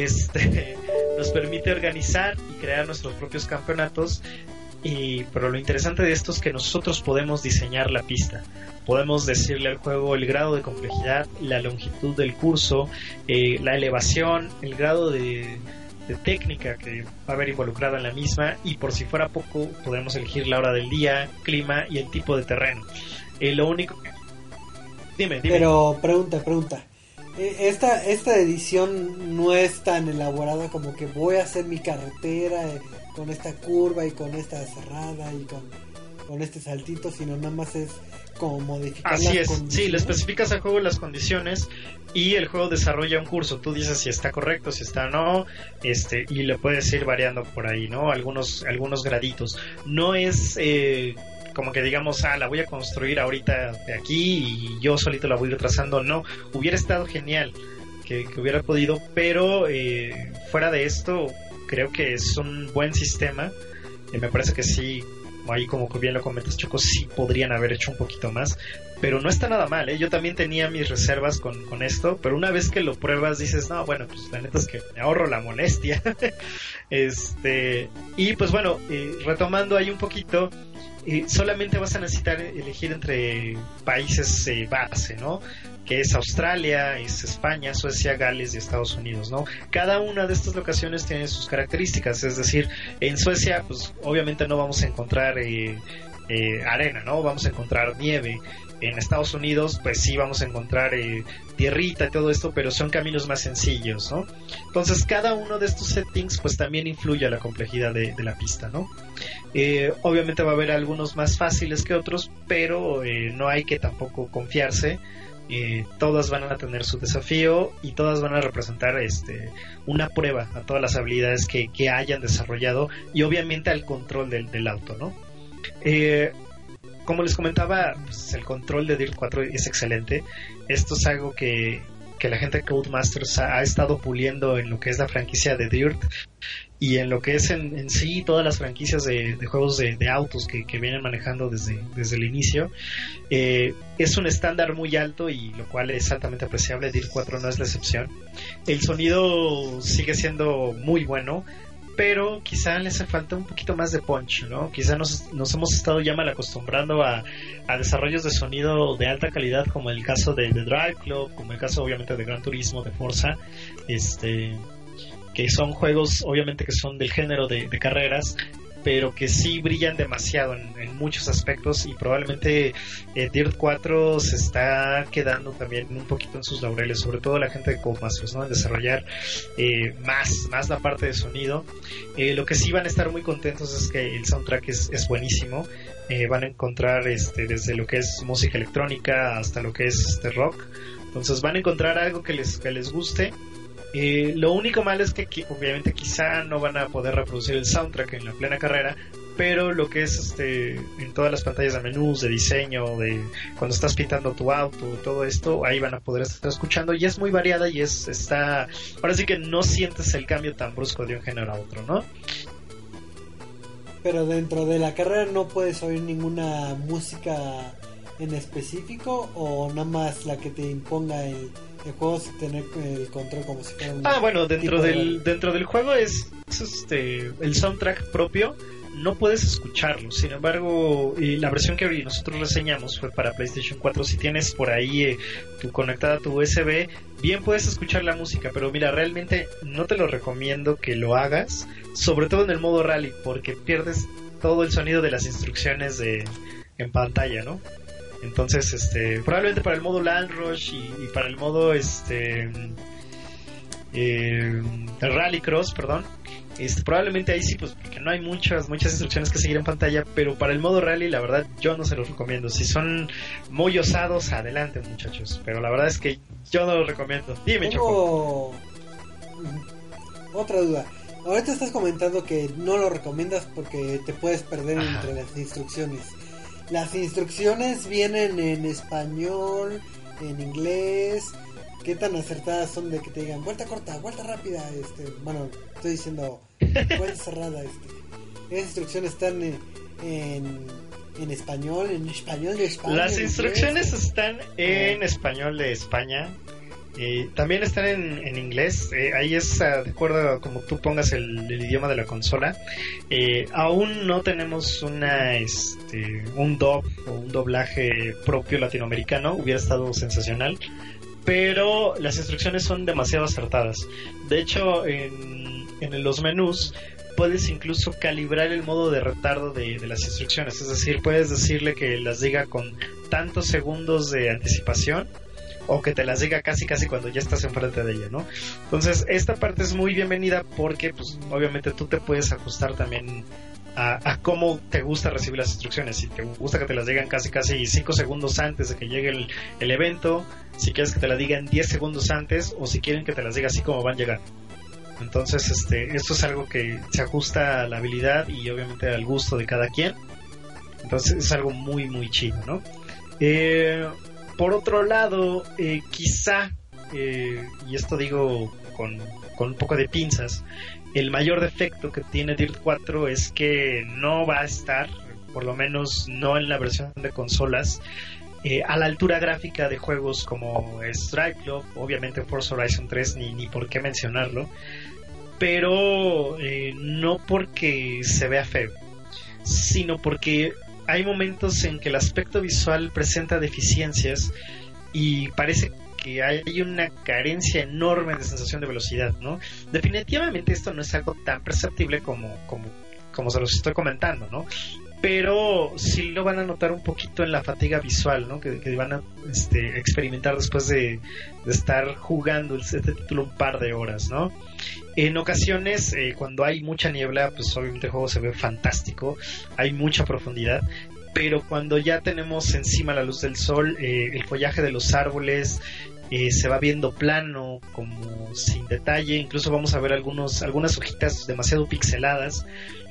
nos permite organizar y crear nuestros propios campeonatos. Pero lo interesante de esto es que nosotros podemos diseñar la pista, podemos decirle al juego el grado de complejidad, la longitud del curso, la elevación, el grado de técnica que va a haber involucrada en la misma, y por si fuera poco podemos elegir la hora del día, clima y el tipo de terreno. Lo único... Dime. Pero pregunta. Esta edición no es tan elaborada como que voy a hacer mi carretera con esta curva y con esta cerrada y con este saltito, sino nada más es como modificar Así las es, condiciones. sí, le especificas al juego las condiciones y el juego desarrolla un curso. Tú dices si está correcto, si está no, y le puedes ir variando por ahí, ¿no? Algunos graditos. No es como que digamos, la voy a construir ahorita de aquí y yo solito la voy a ir trazando. No, hubiera estado genial que hubiera podido, pero fuera de esto creo que es un buen sistema. Me parece que sí, ahí como bien lo comentas, Choco, sí podrían haber hecho un poquito más, pero no está nada mal, ¿eh? Yo también tenía mis reservas con esto, pero una vez que lo pruebas dices, no, bueno, pues la neta es que me ahorro la molestia. Y pues bueno, retomando ahí un poquito, solamente vas a necesitar elegir entre países base, ¿no? Que es Australia, es España, Suecia, Gales y Estados Unidos, ¿no? Cada una de estas locaciones tiene sus características, es decir, en Suecia, pues obviamente no vamos a encontrar arena, ¿no? Vamos a encontrar nieve. En Estados Unidos, pues sí vamos a encontrar tierrita y todo esto, pero son caminos más sencillos, ¿no? Entonces, cada uno de estos settings, pues también influye a la complejidad de la pista, ¿no? Obviamente va a haber algunos más fáciles que otros, pero no hay que tampoco confiarse. Todas van a tener su desafío y todas van a representar una prueba a todas las habilidades que hayan desarrollado y obviamente al control del auto, ¿no? Como les comentaba, pues el control de Dirt 4 es excelente. Esto es algo que la gente de Codemasters ha estado puliendo en lo que es la franquicia de Dirt y en lo que es en sí todas las franquicias de juegos de autos que vienen manejando desde el inicio. Es un estándar muy alto y lo cual es altamente apreciable. Dirt 4 no es la excepción. El sonido sigue siendo muy bueno, pero quizá le hace falta un poquito más de punch, ¿no? Quizá nos hemos estado ya mal acostumbrando a desarrollos de sonido de alta calidad, como el caso de Drive Club, como el caso obviamente de Gran Turismo, de Forza, que son juegos obviamente que son del género de carreras, pero que sí brillan demasiado en muchos aspectos, y probablemente Dirt 4 se está quedando también un poquito en sus laureles, sobre todo la gente de Codemasters, ¿no? En desarrollar más la parte de sonido. Lo que sí van a estar muy contentos es que el soundtrack es buenísimo. Van a encontrar desde lo que es música electrónica hasta lo que es rock. Entonces van a encontrar algo que les guste. Lo único malo es que obviamente quizá no van a poder reproducir el soundtrack en la plena carrera, pero lo que es en todas las pantallas de menús, de diseño, de cuando estás pintando tu auto, todo esto, ahí van a poder estar escuchando, y es muy variada y está, ahora sí que no sientes el cambio tan brusco de un género a otro, ¿no? Pero dentro de la carrera no puedes oír ninguna música en específico, o nada más la que te imponga el juego, sin tener el control como si fuera un... Bueno, dentro del juego es el soundtrack propio. No puedes escucharlo, sin embargo, la versión que nosotros reseñamos fue para PlayStation 4. Si tienes por ahí conectada tu USB, bien puedes escuchar la música, pero mira, realmente no te lo recomiendo que lo hagas, sobre todo en el modo rally, porque pierdes todo el sonido de las instrucciones en pantalla, ¿no? Entonces, probablemente para el modo Land Rush y para el modo Rallycross, perdón, probablemente ahí sí, pues porque no hay muchas instrucciones que seguir en pantalla, pero para el modo rally la verdad yo no se los recomiendo. Si son muy osados, adelante muchachos, pero la verdad es que yo no los recomiendo. Dime, Choco. Otra duda. Ahorita estás comentando que no lo recomiendas porque te puedes perder entre las instrucciones. Las instrucciones vienen en español, en inglés. ¿Qué tan acertadas son de que te digan vuelta corta, vuelta rápida? Bueno, estoy diciendo vuelta cerrada. Esas instrucciones están en español, en español de España. Las instrucciones están en español de España. También están en inglés. Ahí es de acuerdo a como tú pongas el idioma de la consola. Aún no tenemos un dub o un doblaje propio latinoamericano. Hubiera estado sensacional, pero las instrucciones son demasiado acertadas. De hecho, en los menús puedes incluso calibrar el modo de retardo de las instrucciones. Es decir, puedes decirle que las diga con tantos segundos de anticipación, o que te las diga casi cuando ya estás enfrente de ella, ¿no? Entonces esta parte es muy bienvenida porque pues obviamente tú te puedes ajustar también a cómo te gusta recibir las instrucciones. Si te gusta que te las digan casi 5 segundos antes de que llegue el evento, si quieres que te la digan 10 segundos antes, o si quieren que te las diga así como van llegando. Entonces esto es algo que se ajusta a la habilidad y obviamente al gusto de cada quien. Entonces es algo muy muy chido, ¿no? Por otro lado, quizá, y esto digo con un poco de pinzas, el mayor defecto que tiene Dirt 4 es que no va a estar, por lo menos no en la versión de consolas, a la altura gráfica de juegos como Strike Club, obviamente Forza Horizon 3, ni por qué mencionarlo, pero no porque se vea feo, sino porque hay momentos en que el aspecto visual presenta deficiencias y parece que hay una carencia enorme de sensación de velocidad, ¿no? Definitivamente esto no es algo tan perceptible como se los estoy comentando, ¿no? Pero sí lo van a notar un poquito en la fatiga visual, ¿no? Que van a experimentar después de estar jugando este título un par de horas, ¿no? En ocasiones, cuando hay mucha niebla, pues obviamente el juego se ve fantástico, hay mucha profundidad, pero cuando ya tenemos encima la luz del sol, el follaje de los árboles se va viendo plano, como sin detalle, incluso vamos a ver algunas hojitas demasiado pixeladas.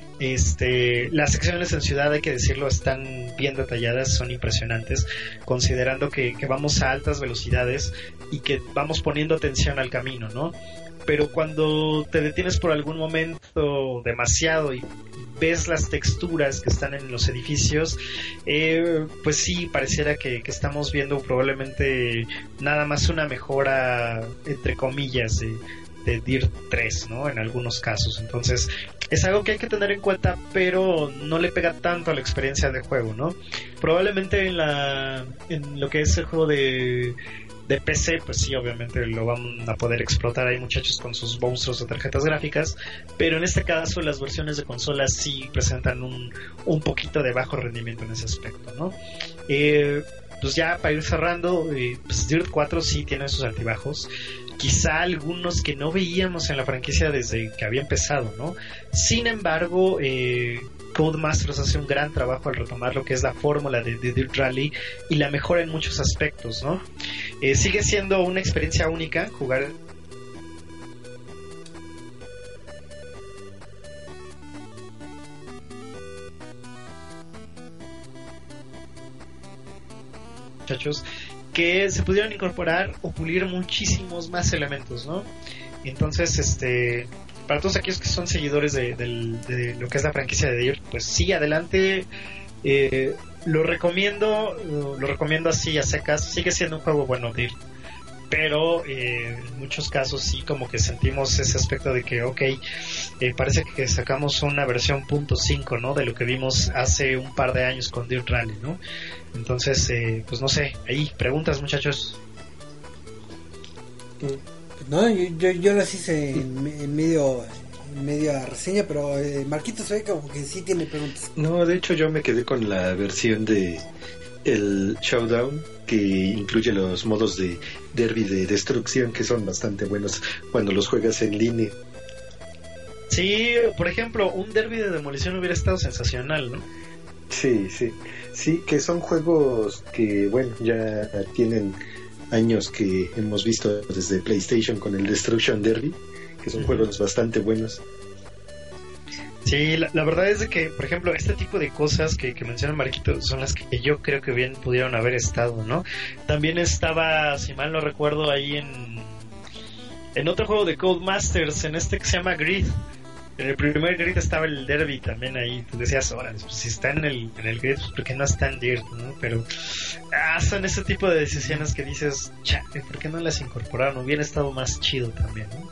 Las secciones en ciudad, hay que decirlo, están bien detalladas, son impresionantes, considerando que vamos a altas velocidades y que vamos poniendo atención al camino, ¿no? Pero cuando te detienes por algún momento demasiado y ves las texturas que están en los edificios, pues sí, pareciera que estamos viendo probablemente nada más una mejora, entre comillas, de Dirt 3, ¿no? En algunos casos. Entonces es algo que hay que tener en cuenta, pero no le pega tanto a la experiencia de juego, ¿no? Probablemente en lo que es el juego de PC, pues sí, obviamente lo van a poder explotar ahí muchachos con sus monstruos de tarjetas gráficas, pero en este caso las versiones de consolas sí presentan un poquito de bajo rendimiento en ese aspecto, ¿no? Pues ya para ir cerrando, pues Dirt 4 sí tiene sus altibajos, quizá algunos que no veíamos en la franquicia desde que había empezado, ¿no? Sin embargo, Codemasters hace un gran trabajo al retomar lo que es la fórmula de Dirt Rally y la mejora en muchos aspectos, ¿no? Sigue siendo una experiencia única jugar muchachos, que se pudieron incorporar o pulir muchísimos más elementos, ¿no? Entonces, para todos aquellos que son seguidores de lo que es la franquicia de Dirt, pues sí, adelante. Lo recomiendo así a secas. Sigue siendo un juego bueno, Dirt, pero en muchos casos sí como que sentimos ese aspecto de que parece que sacamos una versión .5, ¿no? De lo que vimos hace un par de años con Dirt Rally, ¿no? Entonces, pues no sé, ahí, preguntas, muchachos. No, yo las hice en media reseña, pero Marquitos ve como que sí tiene preguntas. No, de hecho yo me quedé con la versión de el Showdown, que incluye los modos de derby de destrucción, que son bastante buenos cuando los juegas en línea. Sí, por ejemplo, un derby de demolición hubiera estado sensacional, ¿no? Sí, que son juegos que, bueno, ya tienen años que hemos visto desde PlayStation con el Destruction Derby, que son juegos bastante buenos. Sí, la verdad es de que, por ejemplo, este tipo de cosas que menciona Marquito son las que yo creo que bien pudieron haber estado, ¿no? También estaba, si mal no recuerdo, ahí en otro juego de Codemasters, en este que se llama Grid. En el primer Grid estaba el Derby también ahí. Tú decías, ahora, pues, si está en el Grid, pues ¿por qué no está en Dirt, ¿no? Pero son ese tipo de decisiones que dices, ¿por qué no las incorporaron? Hubiera estado más chido también, ¿no?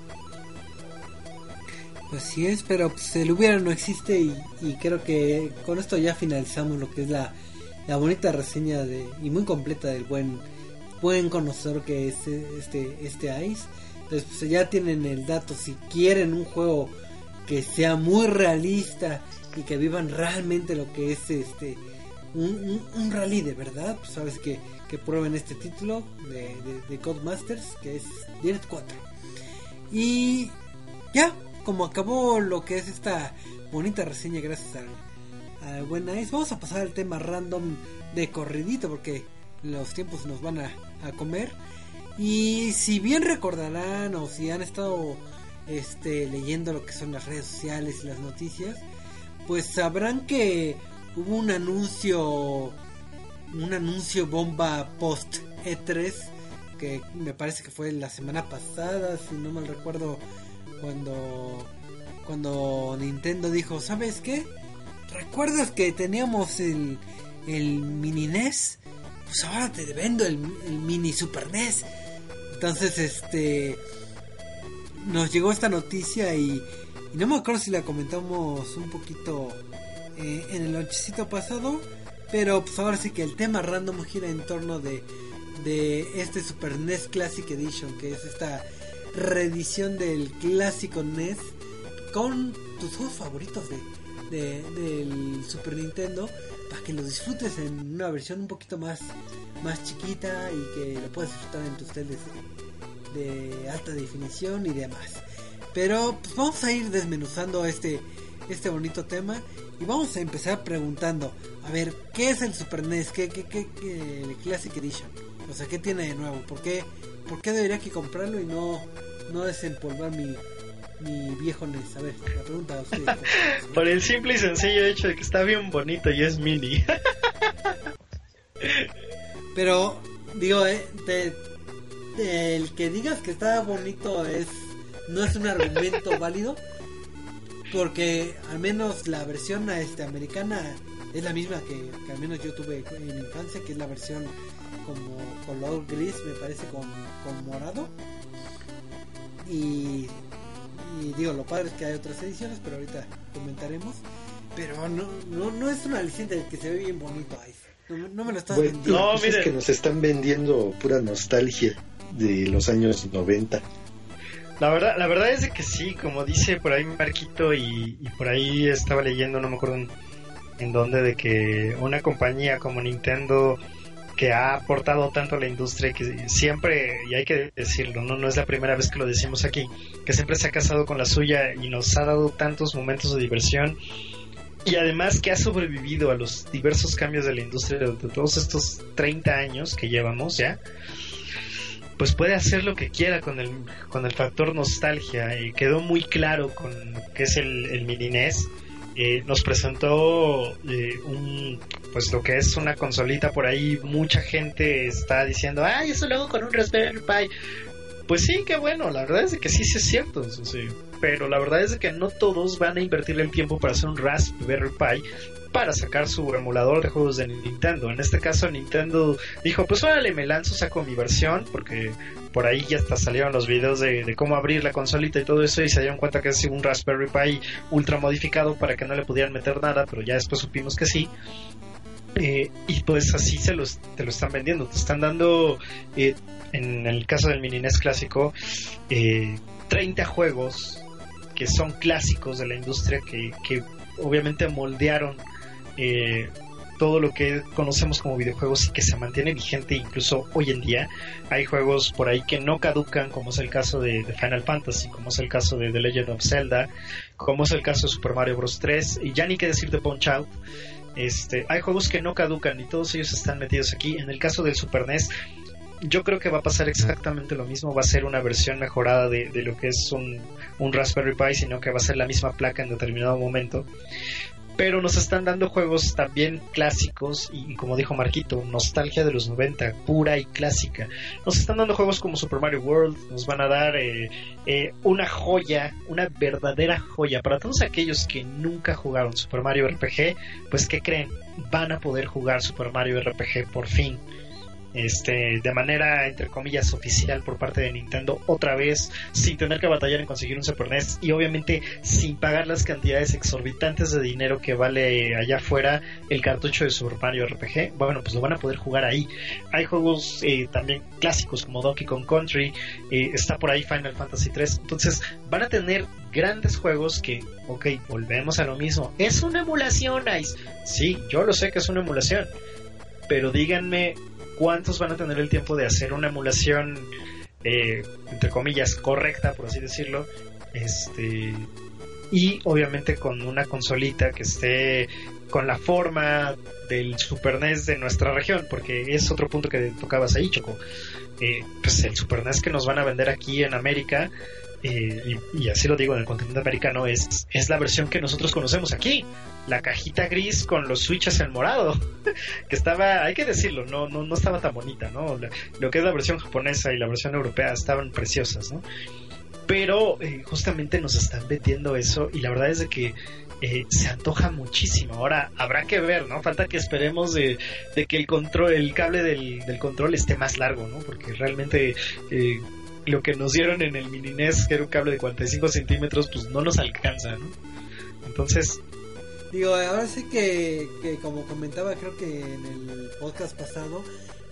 Así es, pero pues el hubiera no existe y creo que con esto ya finalizamos lo que es la bonita reseña y muy completa del buen conocedor que es este Ice. Entonces pues ya tienen el dato. Si quieren un juego que sea muy realista y que vivan realmente lo que es un rally de verdad, pues sabes que prueben este título de Codemasters, que es Dirt 4. Y ya, como acabó lo que es esta bonita reseña gracias al buen Ice, vamos a pasar al tema random de corridito porque los tiempos nos van a comer. Y si bien recordarán o si han estado leyendo lo que son las redes sociales y las noticias, pues sabrán que hubo un anuncio bomba post E3 que me parece que fue la semana pasada, si no mal recuerdo, cuando Nintendo dijo, ¿sabes qué? ¿Recuerdas que teníamos el mini NES? Pues ahora te vendo el mini Super NES. Entonces nos llegó esta noticia y no me acuerdo si la comentamos un poquito en el lonchecito pasado, pero pues ahora sí que el tema random gira en torno de este Super NES Classic Edition, que es esta reedición del clásico NES con tus juegos favoritos del Super Nintendo, para que lo disfrutes en una versión un poquito más chiquita y que lo puedas disfrutar en tus teles de alta definición y demás. Pero pues vamos a ir desmenuzando este bonito tema y vamos a empezar preguntando, a ver, ¿qué es el Super NES? ¿Qué el Classic Edition? O sea, ¿qué tiene de nuevo? ¿Por qué debería que comprarlo y no desempolvar mi viejo NES? A ver, la pregunta a ustedes. Por el simple y sencillo hecho de que está bien bonito y es mini. Pero, digo, el que digas que está bonito no es un argumento válido, porque al menos la versión americana es la misma que al menos yo tuve en mi infancia, que es la versión como color gris, me parece, con morado. Y digo, lo padre es que hay otras ediciones, pero ahorita comentaremos. Pero no es un aliciente de que se ve bien bonito ahí. No me lo estás vendiendo. No, es que nos están vendiendo pura nostalgia de los años 90. La verdad es de que sí, como dice por ahí Marquito, y por ahí estaba leyendo, no me acuerdo en dónde, de que una compañía como Nintendo, que ha aportado tanto a la industria, que siempre, y hay que decirlo, no es la primera vez que lo decimos aquí, que siempre se ha casado con la suya y nos ha dado tantos momentos de diversión, y además que ha sobrevivido a los diversos cambios de la industria de todos estos 30 años que llevamos ya, pues puede hacer lo que quiera con el factor nostalgia. Y quedó muy claro con lo que es el mini NES, nos presentó pues lo que es una consolita por ahí. Mucha gente está diciendo, ay, eso lo hago con un Raspberry Pi. Pues sí, qué bueno, la verdad es de que sí es cierto, sí. Pero la verdad es de que no todos van a invertirle el tiempo para hacer un Raspberry Pi para sacar su emulador de juegos de Nintendo. En este caso Nintendo dijo, pues órale, me lanzo, saco mi versión, porque por ahí ya hasta salieron los videos de cómo abrir la consolita y todo eso, y se dieron cuenta que es un Raspberry Pi ultra modificado para que no le pudieran meter nada, pero ya después supimos que sí. Y pues así te lo están vendiendo, te están dando, en el caso del Mini NES clásico, 30 juegos que son clásicos de la industria, que obviamente moldearon todo lo que conocemos como videojuegos y que se mantiene vigente incluso hoy en día. Hay juegos por ahí que no caducan, como es el caso de Final Fantasy, como es el caso de The Legend of Zelda, como es el caso de Super Mario Bros. 3, y ya ni qué decir de Punch-Out. Hay juegos que no caducan y todos ellos están metidos aquí. En el caso del Super NES, yo creo que va a pasar exactamente lo mismo. Va a ser una versión mejorada de lo que es un Raspberry Pi, sino que va a ser la misma placa en determinado momento. Pero nos están dando juegos también clásicos y como dijo Marquito, nostalgia de los 90, pura y clásica. Nos están dando juegos como Super Mario World, nos van a dar una joya, una verdadera joya. Para todos aquellos que nunca jugaron Super Mario RPG, pues ¿qué creen? Van a poder jugar Super Mario RPG por fin. De manera entre comillas oficial por parte de Nintendo, otra vez sin tener que batallar en conseguir un Super NES y obviamente sin pagar las cantidades exorbitantes de dinero que vale allá afuera el cartucho de Super Mario RPG. Bueno, pues lo van a poder jugar ahí. Hay juegos también clásicos como Donkey Kong Country, está por ahí Final Fantasy 3, entonces van a tener grandes juegos que, ok, volvemos a lo mismo, es una emulación, Ice. Sí, yo lo sé que es una emulación, pero díganme ¿cuántos van a tener el tiempo de hacer una emulación, entre comillas, correcta, por así decirlo? Y obviamente con una consolita que esté con la forma del Super NES de nuestra región, porque es otro punto que tocabas ahí, Choco. Pues el Super NES que nos van a vender aquí en América, y así lo digo, en el continente americano, es la versión que nosotros conocemos aquí, la cajita gris con los switches en morado, que estaba, hay que decirlo, no estaba tan bonita, ¿no? Lo que es la versión japonesa y la versión europea estaban preciosas, ¿no? Pero justamente nos están vendiendo eso y la verdad es de que se antoja muchísimo. Ahora habrá que ver, ¿no? Falta que esperemos de que el cable del control esté más largo, ¿no? Porque realmente lo que nos dieron en el Mini NES, que era un cable de 45 centímetros, pues no nos alcanza, ¿no? Entonces, digo, ahora sí que como comentaba, creo que en el podcast pasado,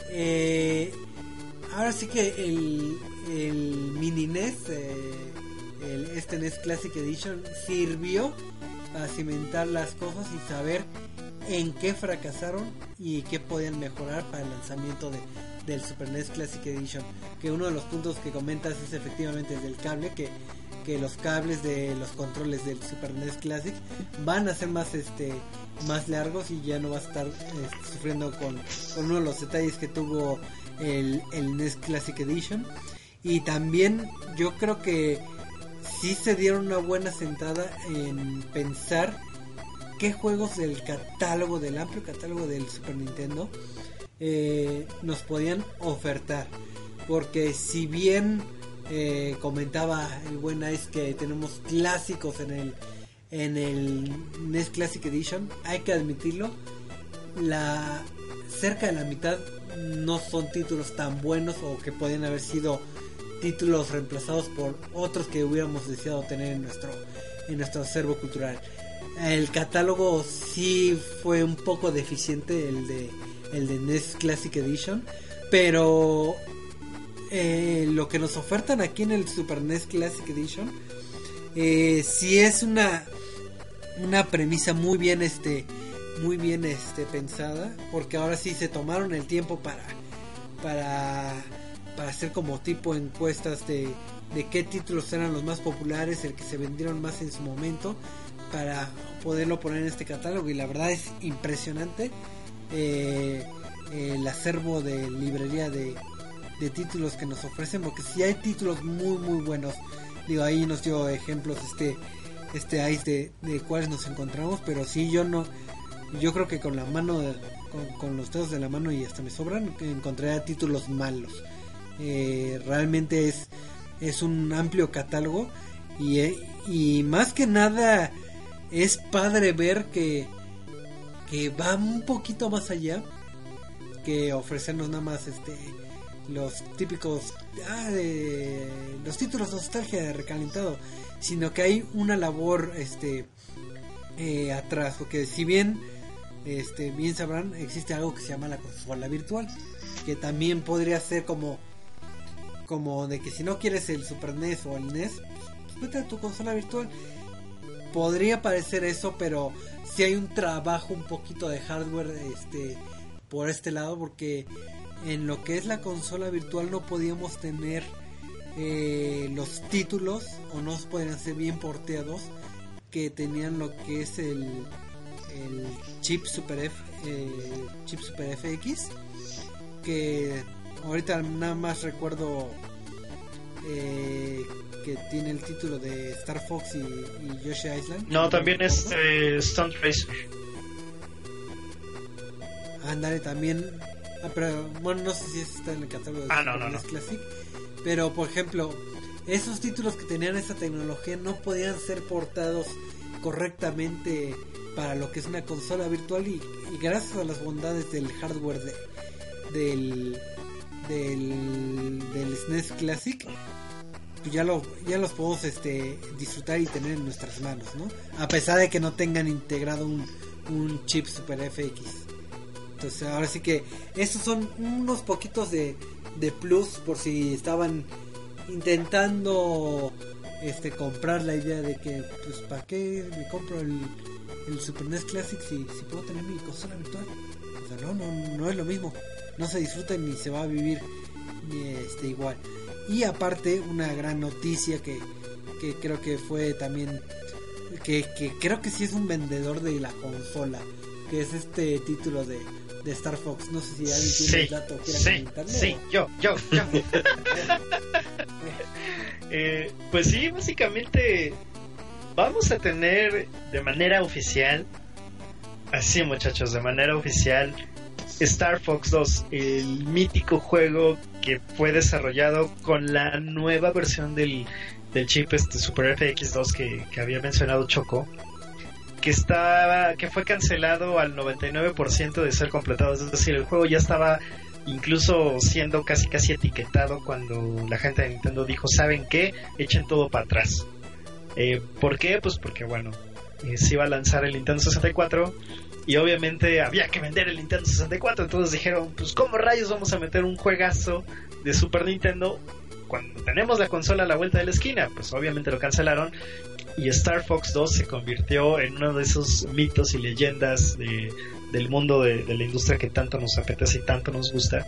ahora sí que el Mini NES, el NES Classic Edition, sirvió para cimentar las cosas y saber en qué fracasaron y qué podían mejorar para el lanzamiento del Super NES Classic Edition. Que uno de los puntos que comentas es efectivamente el del cable, que los cables de los controles del Super NES Classic van a ser más largos y ya no va a estar sufriendo con uno de los detalles que tuvo el NES Classic Edition. Y también yo creo que sí se dieron una buena sentada en pensar qué juegos del amplio catálogo del Super Nintendo nos podían ofertar, porque si bien comentaba el buen Ice que tenemos clásicos en el NES Classic Edition, hay que admitirlo, cerca de la mitad no son títulos tan buenos o que podían haber sido títulos reemplazados por otros que hubiéramos deseado tener en nuestro acervo cultural. El catálogo sí fue un poco deficiente, el de NES Classic Edition, pero lo que nos ofertan aquí en el Super NES Classic Edition sí es una premisa muy bien pensada, porque ahora sí se tomaron el tiempo para hacer como tipo encuestas de qué títulos eran los más populares, el que se vendieron más en su momento, para poderlo poner en este catálogo. Y la verdad es impresionante el acervo de librería de títulos que nos ofrecen, porque sí hay títulos muy muy buenos. Digo, ahí nos dio ejemplos ice de cuáles nos encontramos, pero sí yo creo que con la mano con los dedos de la mano y hasta me sobran, encontraría títulos malos. Realmente es un amplio catálogo y más que nada es padre ver que va un poquito más allá que ofrecernos nada más los típicos los títulos nostalgia de recalentado, sino que hay una labor atrás, porque si bien bien sabrán, existe algo que se llama la consola virtual, que también podría ser como de que si no quieres el Super NES o el NES, pues vete a tu consola virtual. Podría parecer eso, pero sí hay un trabajo un poquito de hardware por este lado, porque en lo que es la consola virtual no podíamos tener los títulos, o no podrían ser bien porteados, que tenían lo que es el chip Super FX, que ahorita nada más recuerdo que tiene el título de Star Fox y Yoshi Island. No, también es Stunt Racer. Ándale, también. Pero bueno, no sé si está en el catálogo de no. Classic. Pero por ejemplo, esos títulos que tenían esa tecnología no podían ser portados correctamente para lo que es una consola virtual, y gracias a las bondades del hardware del SNES Classic, pues ya los podemos disfrutar y tener en nuestras manos, ¿no? A pesar de que no tengan integrado un chip Super FX. Entonces ahora sí que esos son unos poquitos de plus, por si estaban intentando comprar la idea de que pues para qué me compro el Super NES Classic si puedo tener mi consola virtual. O sea, no es lo mismo, no se disfruta ni se va a vivir igual. Y aparte, una gran noticia que creo que fue también, que creo que sí es un vendedor de la consola, que es este título de Star Fox. No sé si alguien tiene el dato, quiera comentarlo. Sí, yo. Pues sí, básicamente vamos a tener de manera oficial, así muchachos, de manera oficial, Star Fox 2, el mítico juego que fue desarrollado con la nueva versión del chip Super FX2 que había mencionado Choco, que fue cancelado al 99% de ser completado. Es decir, el juego ya estaba incluso siendo casi etiquetado cuando la gente de Nintendo dijo, ¿saben qué? Echen todo para atrás. ¿Por qué? Pues porque bueno, se iba a lanzar el Nintendo 64 y obviamente había que vender el Nintendo 64, entonces dijeron, pues ¿cómo rayos vamos a meter un juegazo de Super Nintendo cuando tenemos la consola a la vuelta de la esquina? Pues obviamente lo cancelaron, y Star Fox 2 se convirtió en uno de esos mitos y leyendas del mundo de la industria que tanto nos apetece y tanto nos gusta.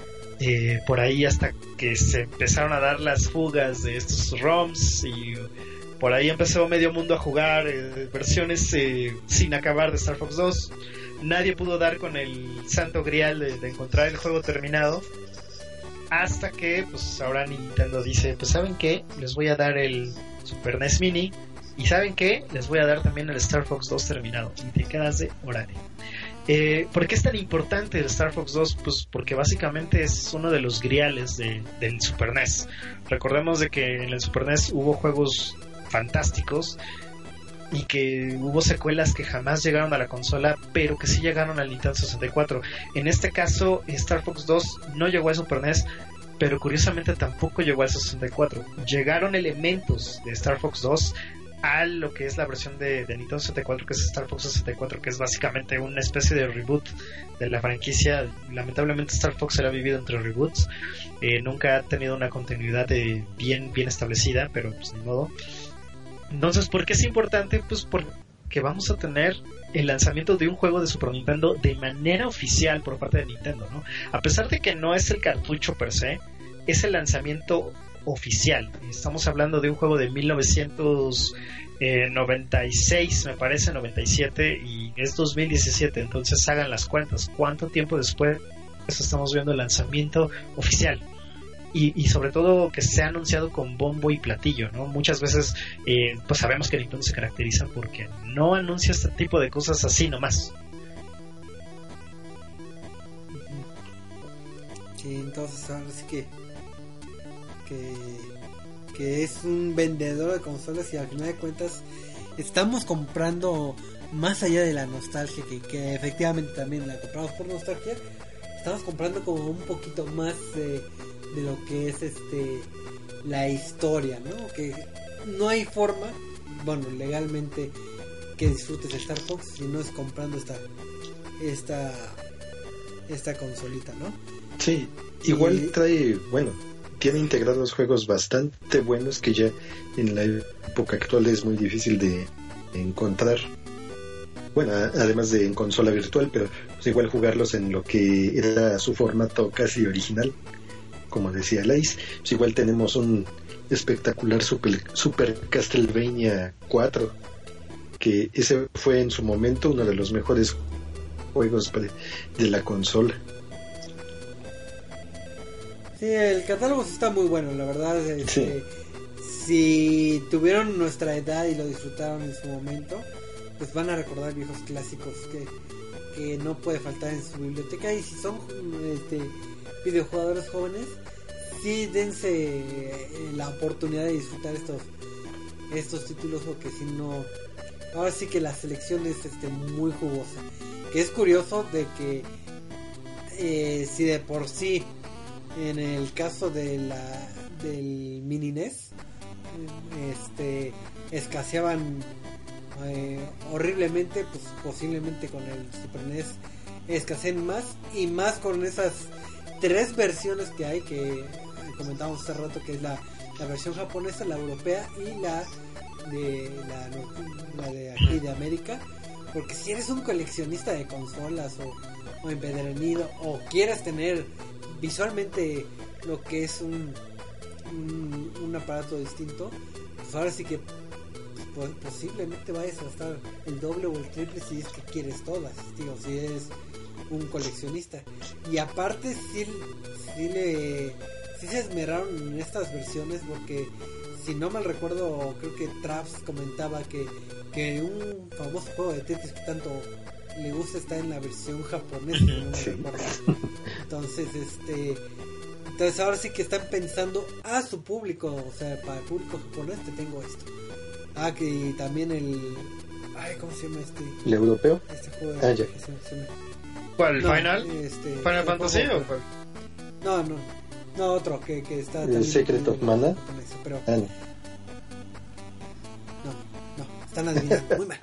Por ahí hasta que se empezaron a dar las fugas de estos ROMs, y por ahí empezó medio mundo a jugar versiones sin acabar de Star Fox 2. Nadie pudo dar con el santo grial de encontrar el juego terminado, hasta que pues ahora Nintendo dice, pues ¿saben qué? Les voy a dar el Super NES Mini, y ¿saben qué? Les voy a dar también el Star Fox 2 terminado. Y te quedas de órale. ¿Por qué es tan importante el Star Fox 2? Pues porque básicamente es uno de los griales del Super NES. Recordemos de que en el Super NES hubo juegos fantásticos y que hubo secuelas que jamás llegaron a la consola, pero que sí llegaron al Nintendo 64. En este caso, Star Fox 2 no llegó al Super NES, pero curiosamente tampoco llegó al 64. Llegaron elementos de Star Fox 2 a lo que es la versión de Nintendo 64, que es Star Fox 64, que es básicamente una especie de reboot de la franquicia. Lamentablemente Star Fox se ha vivido entre reboots, nunca ha tenido una continuidad bien establecida, pero pues ni modo. Entonces, ¿por qué es importante? Pues porque vamos a tener el lanzamiento de un juego de Super Nintendo de manera oficial por parte de Nintendo, ¿no? A pesar de que no es el cartucho per se, es el lanzamiento oficial. Estamos hablando de un juego de 1996, me parece, 97, y es 2017, entonces hagan las cuentas. ¿Cuánto tiempo después estamos viendo el lanzamiento oficial? y sobre todo que se ha anunciado con bombo y platillo, ¿no? Muchas veces pues sabemos que Nintendo se caracteriza porque no anuncia este tipo de cosas así nomás. Sí, entonces ahora sí que es un vendedor de consolas y al final de cuentas estamos comprando más allá de la nostalgia que efectivamente también la compramos por nostalgia. Estamos comprando como un poquito más de lo que es la historia, ¿no? Que no hay forma, bueno, legalmente que disfrutes de Star Fox si no es comprando esta consolita, ¿no? Sí, igual tiene integrados juegos bastante buenos que ya en la época actual es muy difícil de encontrar. Bueno, además de en consola virtual, pero pues igual jugarlos en lo que era su formato casi original, como decía Laís. Pues igual tenemos un espectacular Super Castlevania 4, que ese fue en su momento uno de los mejores juegos de la consola. Sí, el catálogo está muy bueno, la verdad. Sí. Si tuvieron nuestra edad y lo disfrutaron en su momento, pues van a recordar viejos clásicos que no puede faltar en su biblioteca. Y si son videojugadores jóvenes, sí dense la oportunidad de disfrutar estos títulos, porque si no, ahora sí que la selección es muy jugosa. Que es curioso de que si de por sí en el caso del mini NES escaseaban horriblemente, pues posiblemente con el Super NES escaseen más, y más con esas 3 versiones que hay, que comentábamos hace rato, que es la versión japonesa, la europea y la de aquí de América. Porque si eres un coleccionista de consolas o empedernido, o quieres tener visualmente lo que es un aparato distinto, pues ahora sí que posiblemente vayas a gastar el doble o el triple si es que quieres todas, digo, si eres un coleccionista. Y aparte sí se esmeraron en estas versiones, porque si no mal recuerdo, creo que Traps comentaba que un famoso juego de Tetris que tanto le gusta está en la versión japonesa, no me recuerdo. Entonces ahora sí que están pensando a su público, o sea, para el público japonés te tengo esto. Que también ¿cómo se llama ¿el europeo? Este juego ya. ¿Cuál? No, ¿Final? ¿Final Fantasy o cuál? No, otro que está ¿El Secret of Mana? Pero no, están adivinando muy mal.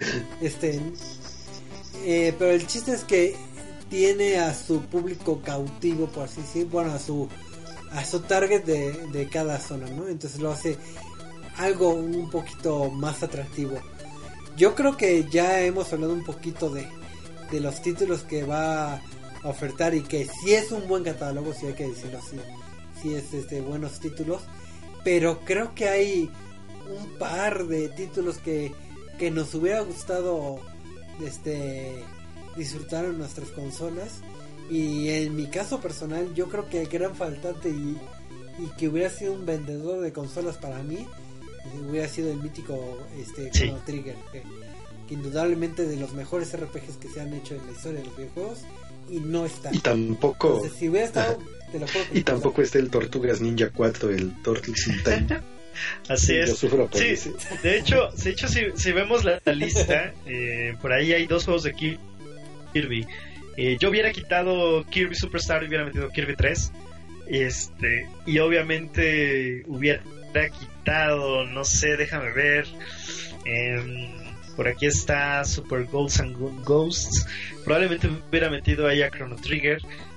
Pero el chiste es que tiene a su público cautivo, por así decir, bueno, a su target de cada zona, ¿no? Entonces lo hace algo un poquito más atractivo. Yo creo que ya hemos hablado un poquito de los títulos que va a ofertar, y que sí es un buen catálogo, si hay que decirlo así, sí es buenos títulos, pero creo que hay un par de títulos que nos hubiera gustado disfrutar en nuestras consolas. Y en mi caso personal, yo creo que el gran faltante y que hubiera sido un vendedor de consolas para mí hubiera sido el mítico Chrono Trigger, que indudablemente de los mejores RPGs que se han hecho en la historia de los videojuegos, y no está. Y tampoco. Entonces, si hubiera estado, te lo juro. Y tampoco está el Tortugas Ninja 4, el Turtles in Time. Así es. Yo sufro por sí, ese. de hecho si vemos la lista, por ahí hay 2 juegos de Kirby. Yo hubiera quitado Kirby Superstar y hubiera metido Kirby 3. Y obviamente hubiera quitado, no sé, déjame ver. Por aquí está Super Ghosts and Ghosts. Probablemente hubiera metido ahí a Chrono Trigger.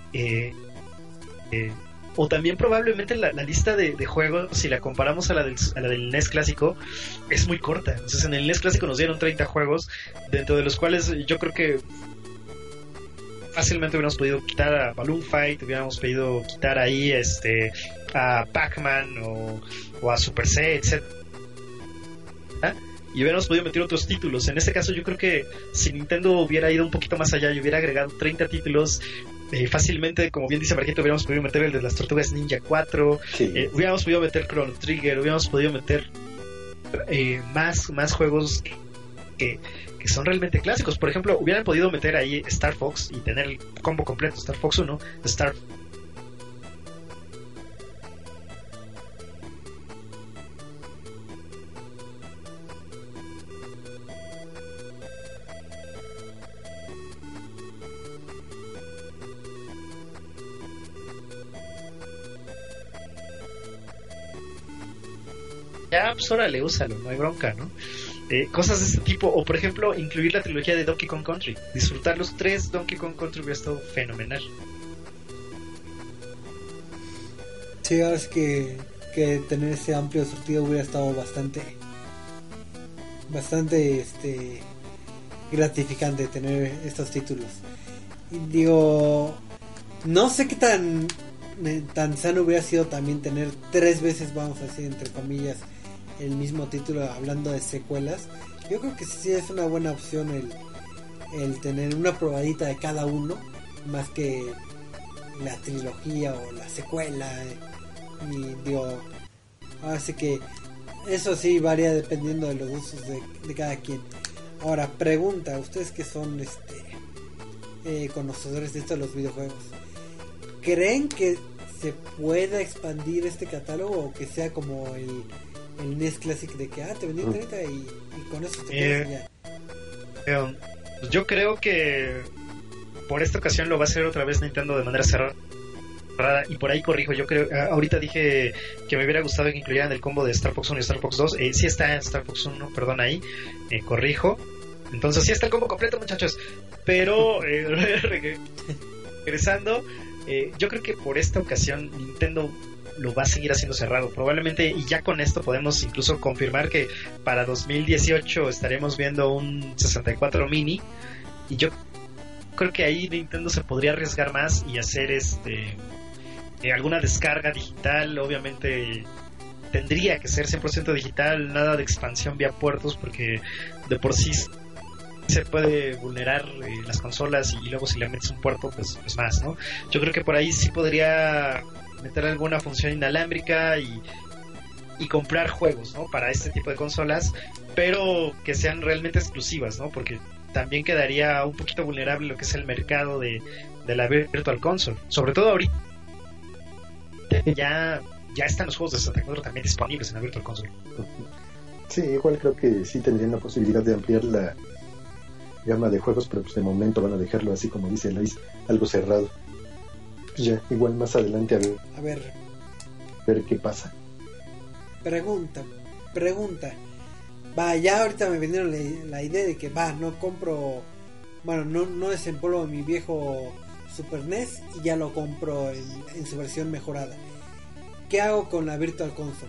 O también probablemente la lista de juegos, si la comparamos a la del NES clásico, es muy corta. Entonces en el NES clásico nos dieron 30 juegos, dentro de los cuales yo creo que fácilmente hubiéramos podido quitar a Balloon Fight, hubiéramos podido quitar ahí a Pac-Man o a Super C, etc. Y hubiéramos podido meter otros títulos. En este caso yo creo que si Nintendo hubiera ido un poquito más allá y hubiera agregado 30 títulos, fácilmente, como bien dice Marquito, hubiéramos podido meter el de las Tortugas Ninja 4, Sí. Hubiéramos podido meter Chrono Trigger, hubiéramos podido meter más juegos que son realmente clásicos. Por ejemplo, hubieran podido meter ahí Star Fox y tener el combo completo, Star Fox 1, Star ya, pues órale, úsalo, no hay bronca, ¿no? Cosas de este tipo, o por ejemplo, incluir la trilogía de Donkey Kong Country. Disfrutar los 3 Donkey Kong Country hubiera estado fenomenal. Sí, ahora es que tener ese amplio surtido hubiera estado bastante gratificante tener estos títulos. Y digo, no sé qué tan sano hubiera sido también tener 3 veces, vamos a decir, entre comillas, el mismo título, hablando de secuelas. Yo creo que sí es una buena opción el tener una probadita de cada uno, más que la trilogía o la secuela. Y digo, así que eso sí varía dependiendo de los gustos de cada quien. Ahora, pregunta, ustedes que son conocedores de esto de los videojuegos, ¿creen que se pueda expandir este catálogo o que sea como el NES Classic de que te vendí 30 y con eso te quedas ya? Yo creo que por esta ocasión lo va a hacer otra vez Nintendo de manera cerrada, y por ahí corrijo. Yo creo, ahorita dije que me hubiera gustado que incluyeran el combo de Star Fox 1 y Star Fox 2. Sí está Star Fox 1, perdón, ahí corrijo. Entonces sí está el combo completo, muchachos. Pero regresando, yo creo que por esta ocasión Nintendo lo va a seguir haciendo cerrado, probablemente, y ya con esto podemos incluso confirmar que para 2018 estaremos viendo un 64 mini, y yo creo que ahí Nintendo se podría arriesgar más y hacer alguna descarga digital. Obviamente tendría que ser 100% digital, nada de expansión vía puertos, porque de por sí se puede vulnerar las consolas, y luego si le metes un puerto pues más, ¿no? Yo creo que por ahí sí podría meter alguna función inalámbrica y comprar juegos, ¿no?, para este tipo de consolas, pero que sean realmente exclusivas, ¿no? Porque también quedaría un poquito vulnerable lo que es el mercado de la Virtual Console, sobre todo ahorita ya están los juegos de 64 también disponibles en la Virtual Console. Sí, igual creo que sí tendrían la posibilidad de ampliar la gama de juegos, pero pues de momento van a dejarlo así, como dice Lois, algo cerrado. Pues ya, igual más adelante a ver qué pasa. Pregunta. Ya ahorita me vendieron la idea de que no compro, bueno, no desempolvo mi viejo Super NES y ya lo compro en su versión mejorada. ¿Qué hago con la Virtual Console?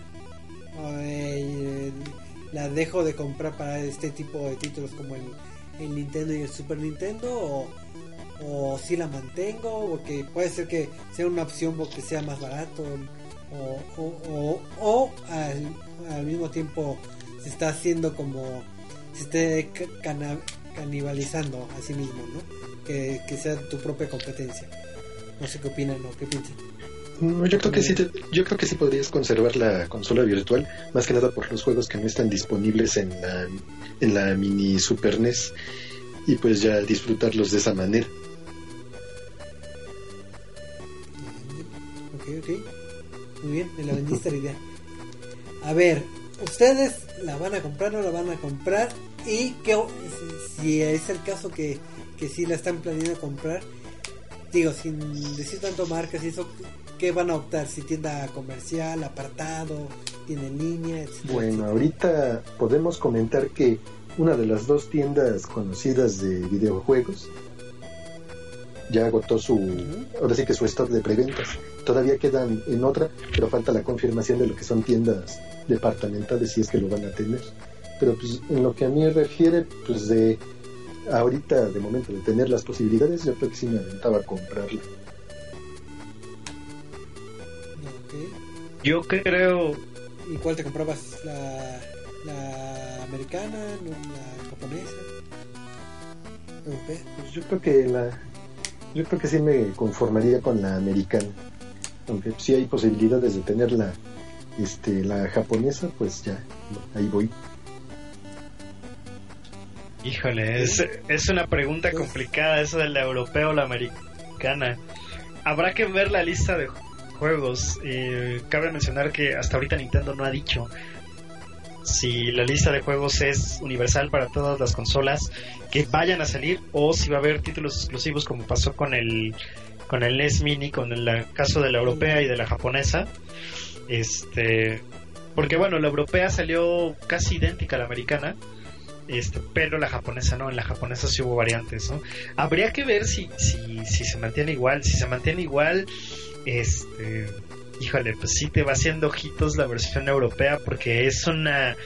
¿La dejo de comprar para este tipo de títulos como el Nintendo y el Super Nintendo, o si la mantengo? Porque puede ser que sea una opción porque sea más barato, o al mismo tiempo se está haciendo como se esté canibalizando a sí mismo, ¿no? Que sea tu propia competencia. No sé qué opinan o qué piensan. No, yo creo que sí podrías conservar la consola virtual, más que nada por los juegos que no están disponibles en la mini Super NES, y pues ya disfrutarlos de esa manera. Ok, muy bien, me la vendiste la idea. A ver, ¿ustedes la van a comprar o no la van a comprar? Y si es el caso que sí la están planeando comprar, digo, sin decir tanto marcas y eso, ¿qué van a optar? ¿Si tienda comercial, apartado, tienda en línea, etcétera? Bueno, ahorita podemos comentar que una de las 2 tiendas conocidas de videojuegos ya agotó ahora sí que su stock de preventas. Todavía quedan en otra, pero falta la confirmación de lo que son tiendas departamentales, si es que lo van a tener. Pero pues en lo que a mí refiere, pues de ahorita, de momento, de tener las posibilidades, yo creo que sí me aventaba a comprarla. Okay. Yo creo... ¿Y cuál te comprabas? ¿La americana? ¿La japonesa? ¿Europea? Pues yo creo que Yo creo que sí me conformaría con la americana. Aunque sí hay posibilidades de tener la japonesa, pues ya, ahí voy. Híjole, es una pregunta complicada eso de la europea o la americana. Habrá que ver la lista de juegos. Cabe mencionar que hasta ahorita Nintendo no ha dicho si la lista de juegos es universal para todas las consolas que vayan a salir, o si va a haber títulos exclusivos como pasó con el NES Mini, con el caso de la europea y de la japonesa. Porque bueno, la europea salió casi idéntica a la americana, pero la japonesa no. En la japonesa sí hubo variantes, ¿no? Habría que ver si se mantiene igual. Si se mantiene igual, híjole, pues sí te va haciendo ojitos la versión europea, porque es una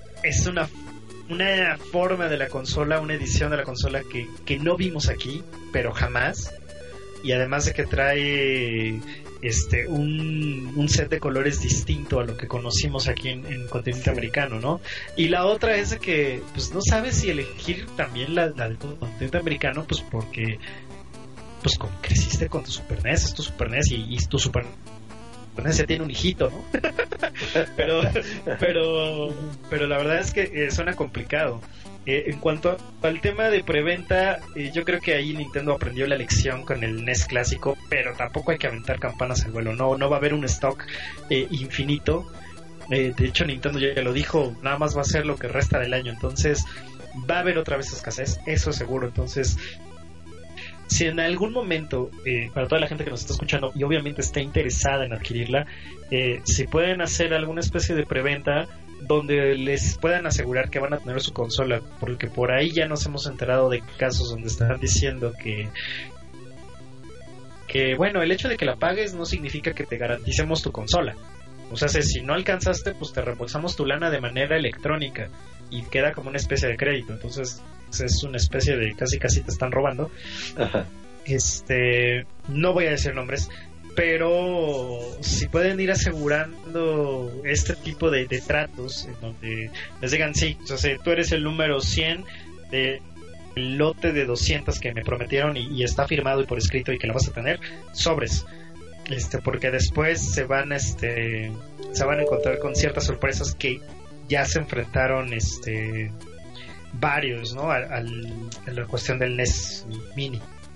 forma de la consola, una edición de la consola que no vimos aquí, pero jamás. Y además de que trae un set de colores distinto a lo que conocimos aquí en continente americano, ¿no? Y la otra es de que pues no sabes si elegir también la del continente americano, pues porque pues como creciste con tu Super NES, es tu Super NES y tu Super NES ya tiene un hijito, ¿no? pero la verdad es que suena complicado. En cuanto al tema de preventa, yo creo que ahí Nintendo aprendió la lección con el NES clásico, pero tampoco hay que aventar campanas al vuelo. No va a haber un stock infinito. De hecho, Nintendo ya lo dijo, nada más va a ser lo que resta del año. Entonces, va a haber otra vez escasez, eso es seguro. Entonces, si en algún momento, para toda la gente que nos está escuchando y obviamente está interesada en adquirirla, si pueden hacer alguna especie de preventa donde les puedan asegurar que van a tener su consola, porque por ahí ya nos hemos enterado de casos donde están diciendo que bueno, el hecho de que la pagues no significa que te garanticemos tu consola. O sea, si no alcanzaste, pues te reembolsamos tu lana de manera electrónica y queda como una especie de crédito. Entonces es una especie de casi te están robando. Ajá. No voy a decir nombres, pero si pueden ir asegurando este tipo de tratos en donde les digan sí, o sea, tú eres el número 100 del lote de 200 que me prometieron y está firmado y por escrito y que lo vas a tener, sobres, porque después se van a encontrar con ciertas sorpresas que ya se enfrentaron varios, ¿no? A la cuestión del NES Mini.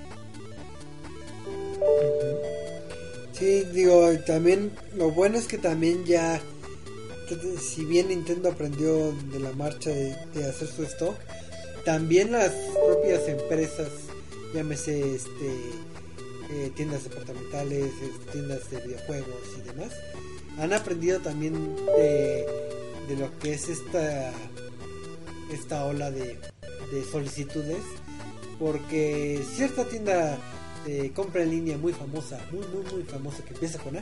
Sí, digo, también lo bueno es que también ya, si bien Nintendo aprendió de la marcha de hacer su stock, también las propias empresas, llámese tiendas departamentales, tiendas de videojuegos y demás, han aprendido también de lo que es esta ola de solicitudes, porque cierta tienda de compra en línea muy famosa, muy famosa, que empieza con A,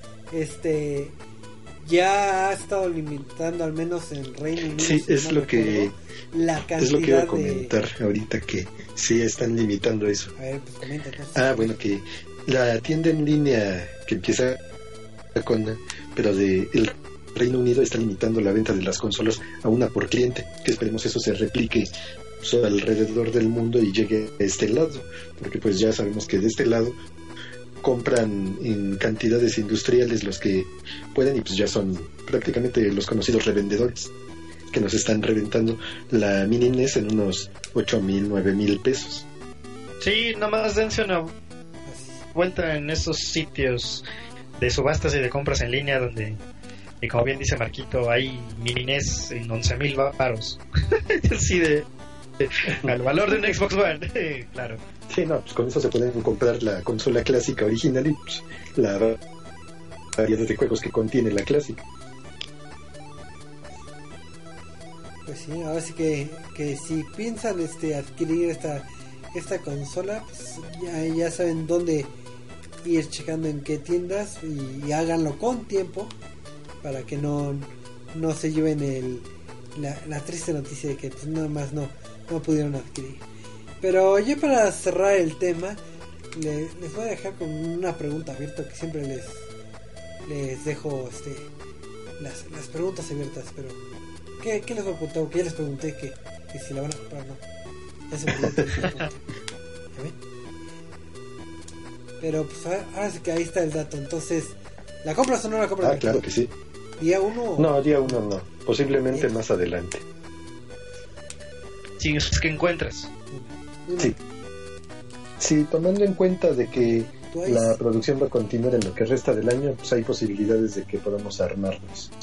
ya ha estado limitando, al menos en Reino Unido, sí, es lo que iba a comentar ahorita, que sí están limitando eso. A ver, pues comenta entonces. Bueno, que la tienda en línea que empieza con A, pero de el Reino Unido, está limitando la venta de las consolas a una por cliente, que esperemos eso se replique alrededor del mundo y llegue a este lado, porque pues ya sabemos que de este lado compran en cantidades industriales los que pueden, y pues ya son prácticamente los conocidos revendedores que nos están reventando la mini NES en unos 8,000, 9,000 pesos. Sí, nomás dense una vuelta en esos sitios de subastas y de compras en línea donde, y como bien dice Marquito, hay mini NES en 11,000 baros. Sí, al valor de un Xbox One. Claro. Sí, no, pues con eso se pueden comprar la consola clásica original y pues, la variedad de juegos que contiene la clásica. Pues sí, ahora sí que si piensan adquirir esta consola, pues ya saben dónde ir checando, en qué tiendas, y háganlo con tiempo para que no se lleven la triste noticia de que pues nada más no pudieron adquirir. Pero ya para cerrar el tema, les voy a dejar con una pregunta abierta, que siempre les dejo las preguntas abiertas. Pero ¿qué les voy a preguntar? Que ya les pregunté que si la van a comprar o no. Ya se me olvidó. Pero pues ahora sí que ahí está el dato. Entonces, ¿la compras o no la compras? Claro que sí. ¿Día 1? No, día 1 no. Posiblemente más adelante. Sí, es que encuentras. Sí. Sí, tomando en cuenta de que la producción va a continuar en lo que resta del año, pues hay posibilidades de que podamos armarnos.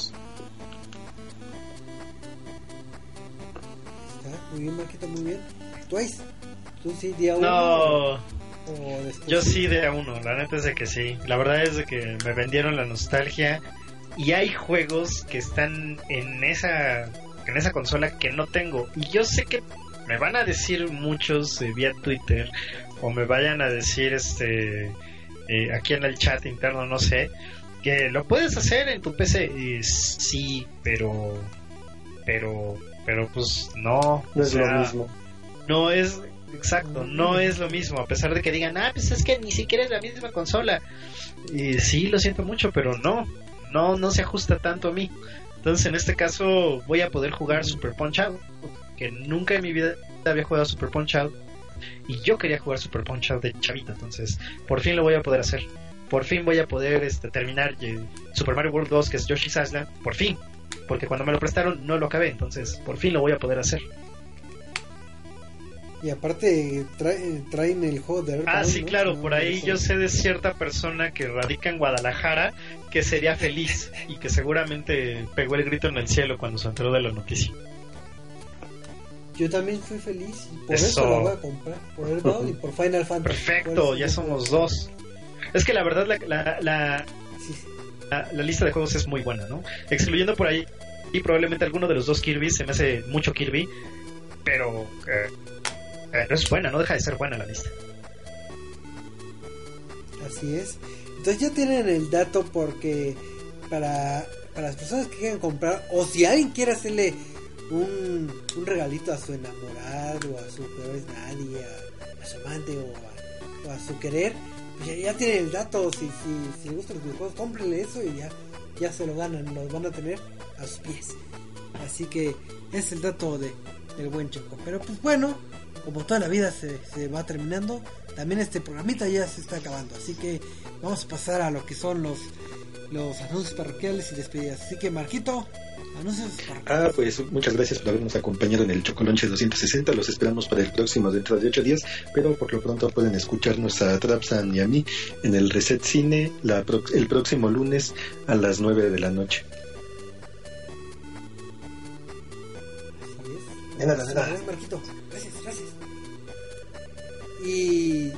Está muy bien, Marquito, muy bien. Twice, tú sí, día 1. No, yo sí día 1, la neta es de que sí. La verdad es de que me vendieron la nostalgia y hay juegos que están en esa consola que no tengo. Y yo sé que me van a decir muchos vía Twitter o me vayan a decir aquí en el chat interno, no sé, que lo puedes hacer en tu PC. Y sí, pero pues no es lo mismo. No es exacto, no es lo mismo, a pesar de que digan, pues es que ni siquiera es la misma consola. Y sí, lo siento mucho, pero no se ajusta tanto a mí. Entonces en este caso voy a poder jugar Super Punch-Out, que nunca en mi vida había jugado Super Punch-Out y yo quería jugar Super Punch-Out de chavito. Entonces por fin lo voy a poder hacer. Por fin voy a poder terminar Super Mario World 2, que es Yoshi's Island, por fin, porque cuando me lo prestaron no lo acabé. Entonces por fin lo voy a poder hacer. Y aparte traen el juego de sí, ¿no? Claro, por ahí yo sé de cierta persona que radica en Guadalajara que sería feliz y que seguramente pegó el grito en el cielo cuando se enteró de la noticia. Yo también fui feliz y por eso la voy a comprar, por Earthbound y por Final Fantasy. Perfecto, ya somos dos. Es que la verdad la lista de juegos es muy buena, ¿no? Excluyendo por ahí y probablemente alguno de los dos Kirby, se me hace mucho Kirby, pero es buena, no deja de ser buena la lista. Así es. Entonces ya tienen el dato, porque para las personas que quieran comprar, o si alguien quiere hacerle un regalito a su enamorado, a su peor nadie, a su amante o a su querer, pues ya tienen el dato. Si les gustan los videojuegos, cómprenle eso y ya se lo ganan, lo van a tener a sus pies. Así que es el dato del buen Checo. Pero pues bueno, como toda la vida se va terminando, también este programita ya se está acabando. Así que vamos a pasar a lo que son los anuncios parroquiales y despedidas. Así que Marquito, anuncios parroquiales. Pues muchas gracias por habernos acompañado en el Chocolonche 260. Los esperamos para el próximo dentro de 8 días, pero por lo pronto pueden escucharnos a Trapsan y a mí en el Reset Cine el próximo lunes a las 9 de la noche. De nada. Marquito, gracias. Y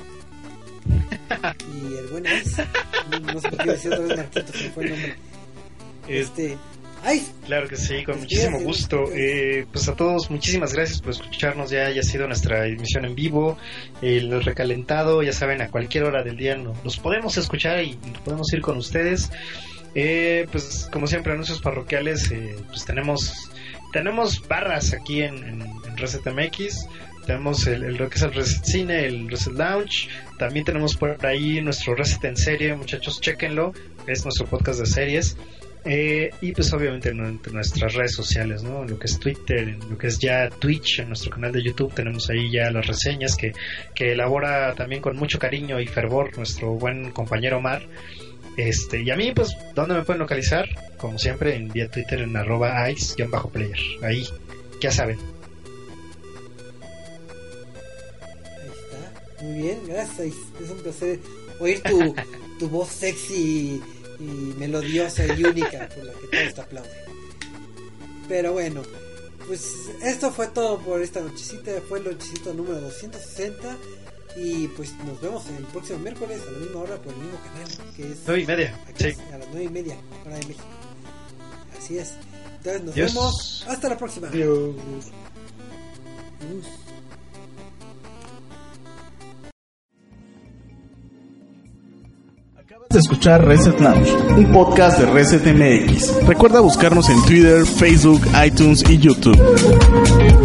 el buen Ice, no sé por qué decía otra vez Marquito, se me fue el nombre. Ice. Claro que sí, con muchísimo gusto. Pues a todos, muchísimas gracias por escucharnos. Ya haya sido nuestra emisión en vivo, el recalentado, ya saben, a cualquier hora del día nos podemos escuchar y podemos ir con ustedes. Pues como siempre, anuncios parroquiales, pues tenemos barras aquí en Reset MX. Tenemos lo que es el Reset Cine, el Reset Lounge. También tenemos por ahí nuestro Reset en serie, muchachos, chéquenlo. Es nuestro podcast de series. Y pues obviamente en nuestras redes sociales, ¿no? En lo que es Twitter, en lo que es ya Twitch, en nuestro canal de YouTube tenemos ahí ya las reseñas que elabora también con mucho cariño y fervor nuestro buen compañero Omar. Y a mí, pues, ¿dónde me pueden localizar? Como siempre, en vía Twitter en @ice_player. Ahí, ya saben. Ahí está, muy bien, gracias. Es un placer oír tu voz sexy y melodiosa y única por la que todos te aplauden. Pero bueno, pues esto fue todo por esta nochecita. Fue el nochecito número 260. Y pues nos vemos el próximo miércoles a la misma hora por el mismo canal, que es 9:30, sí. A las 9:30 hora de México. Así es. Entonces nos vemos. Hasta la próxima. Adiós. De escuchar Reset Lounge, un podcast de Reset MX. Recuerda buscarnos en Twitter, Facebook, iTunes y YouTube.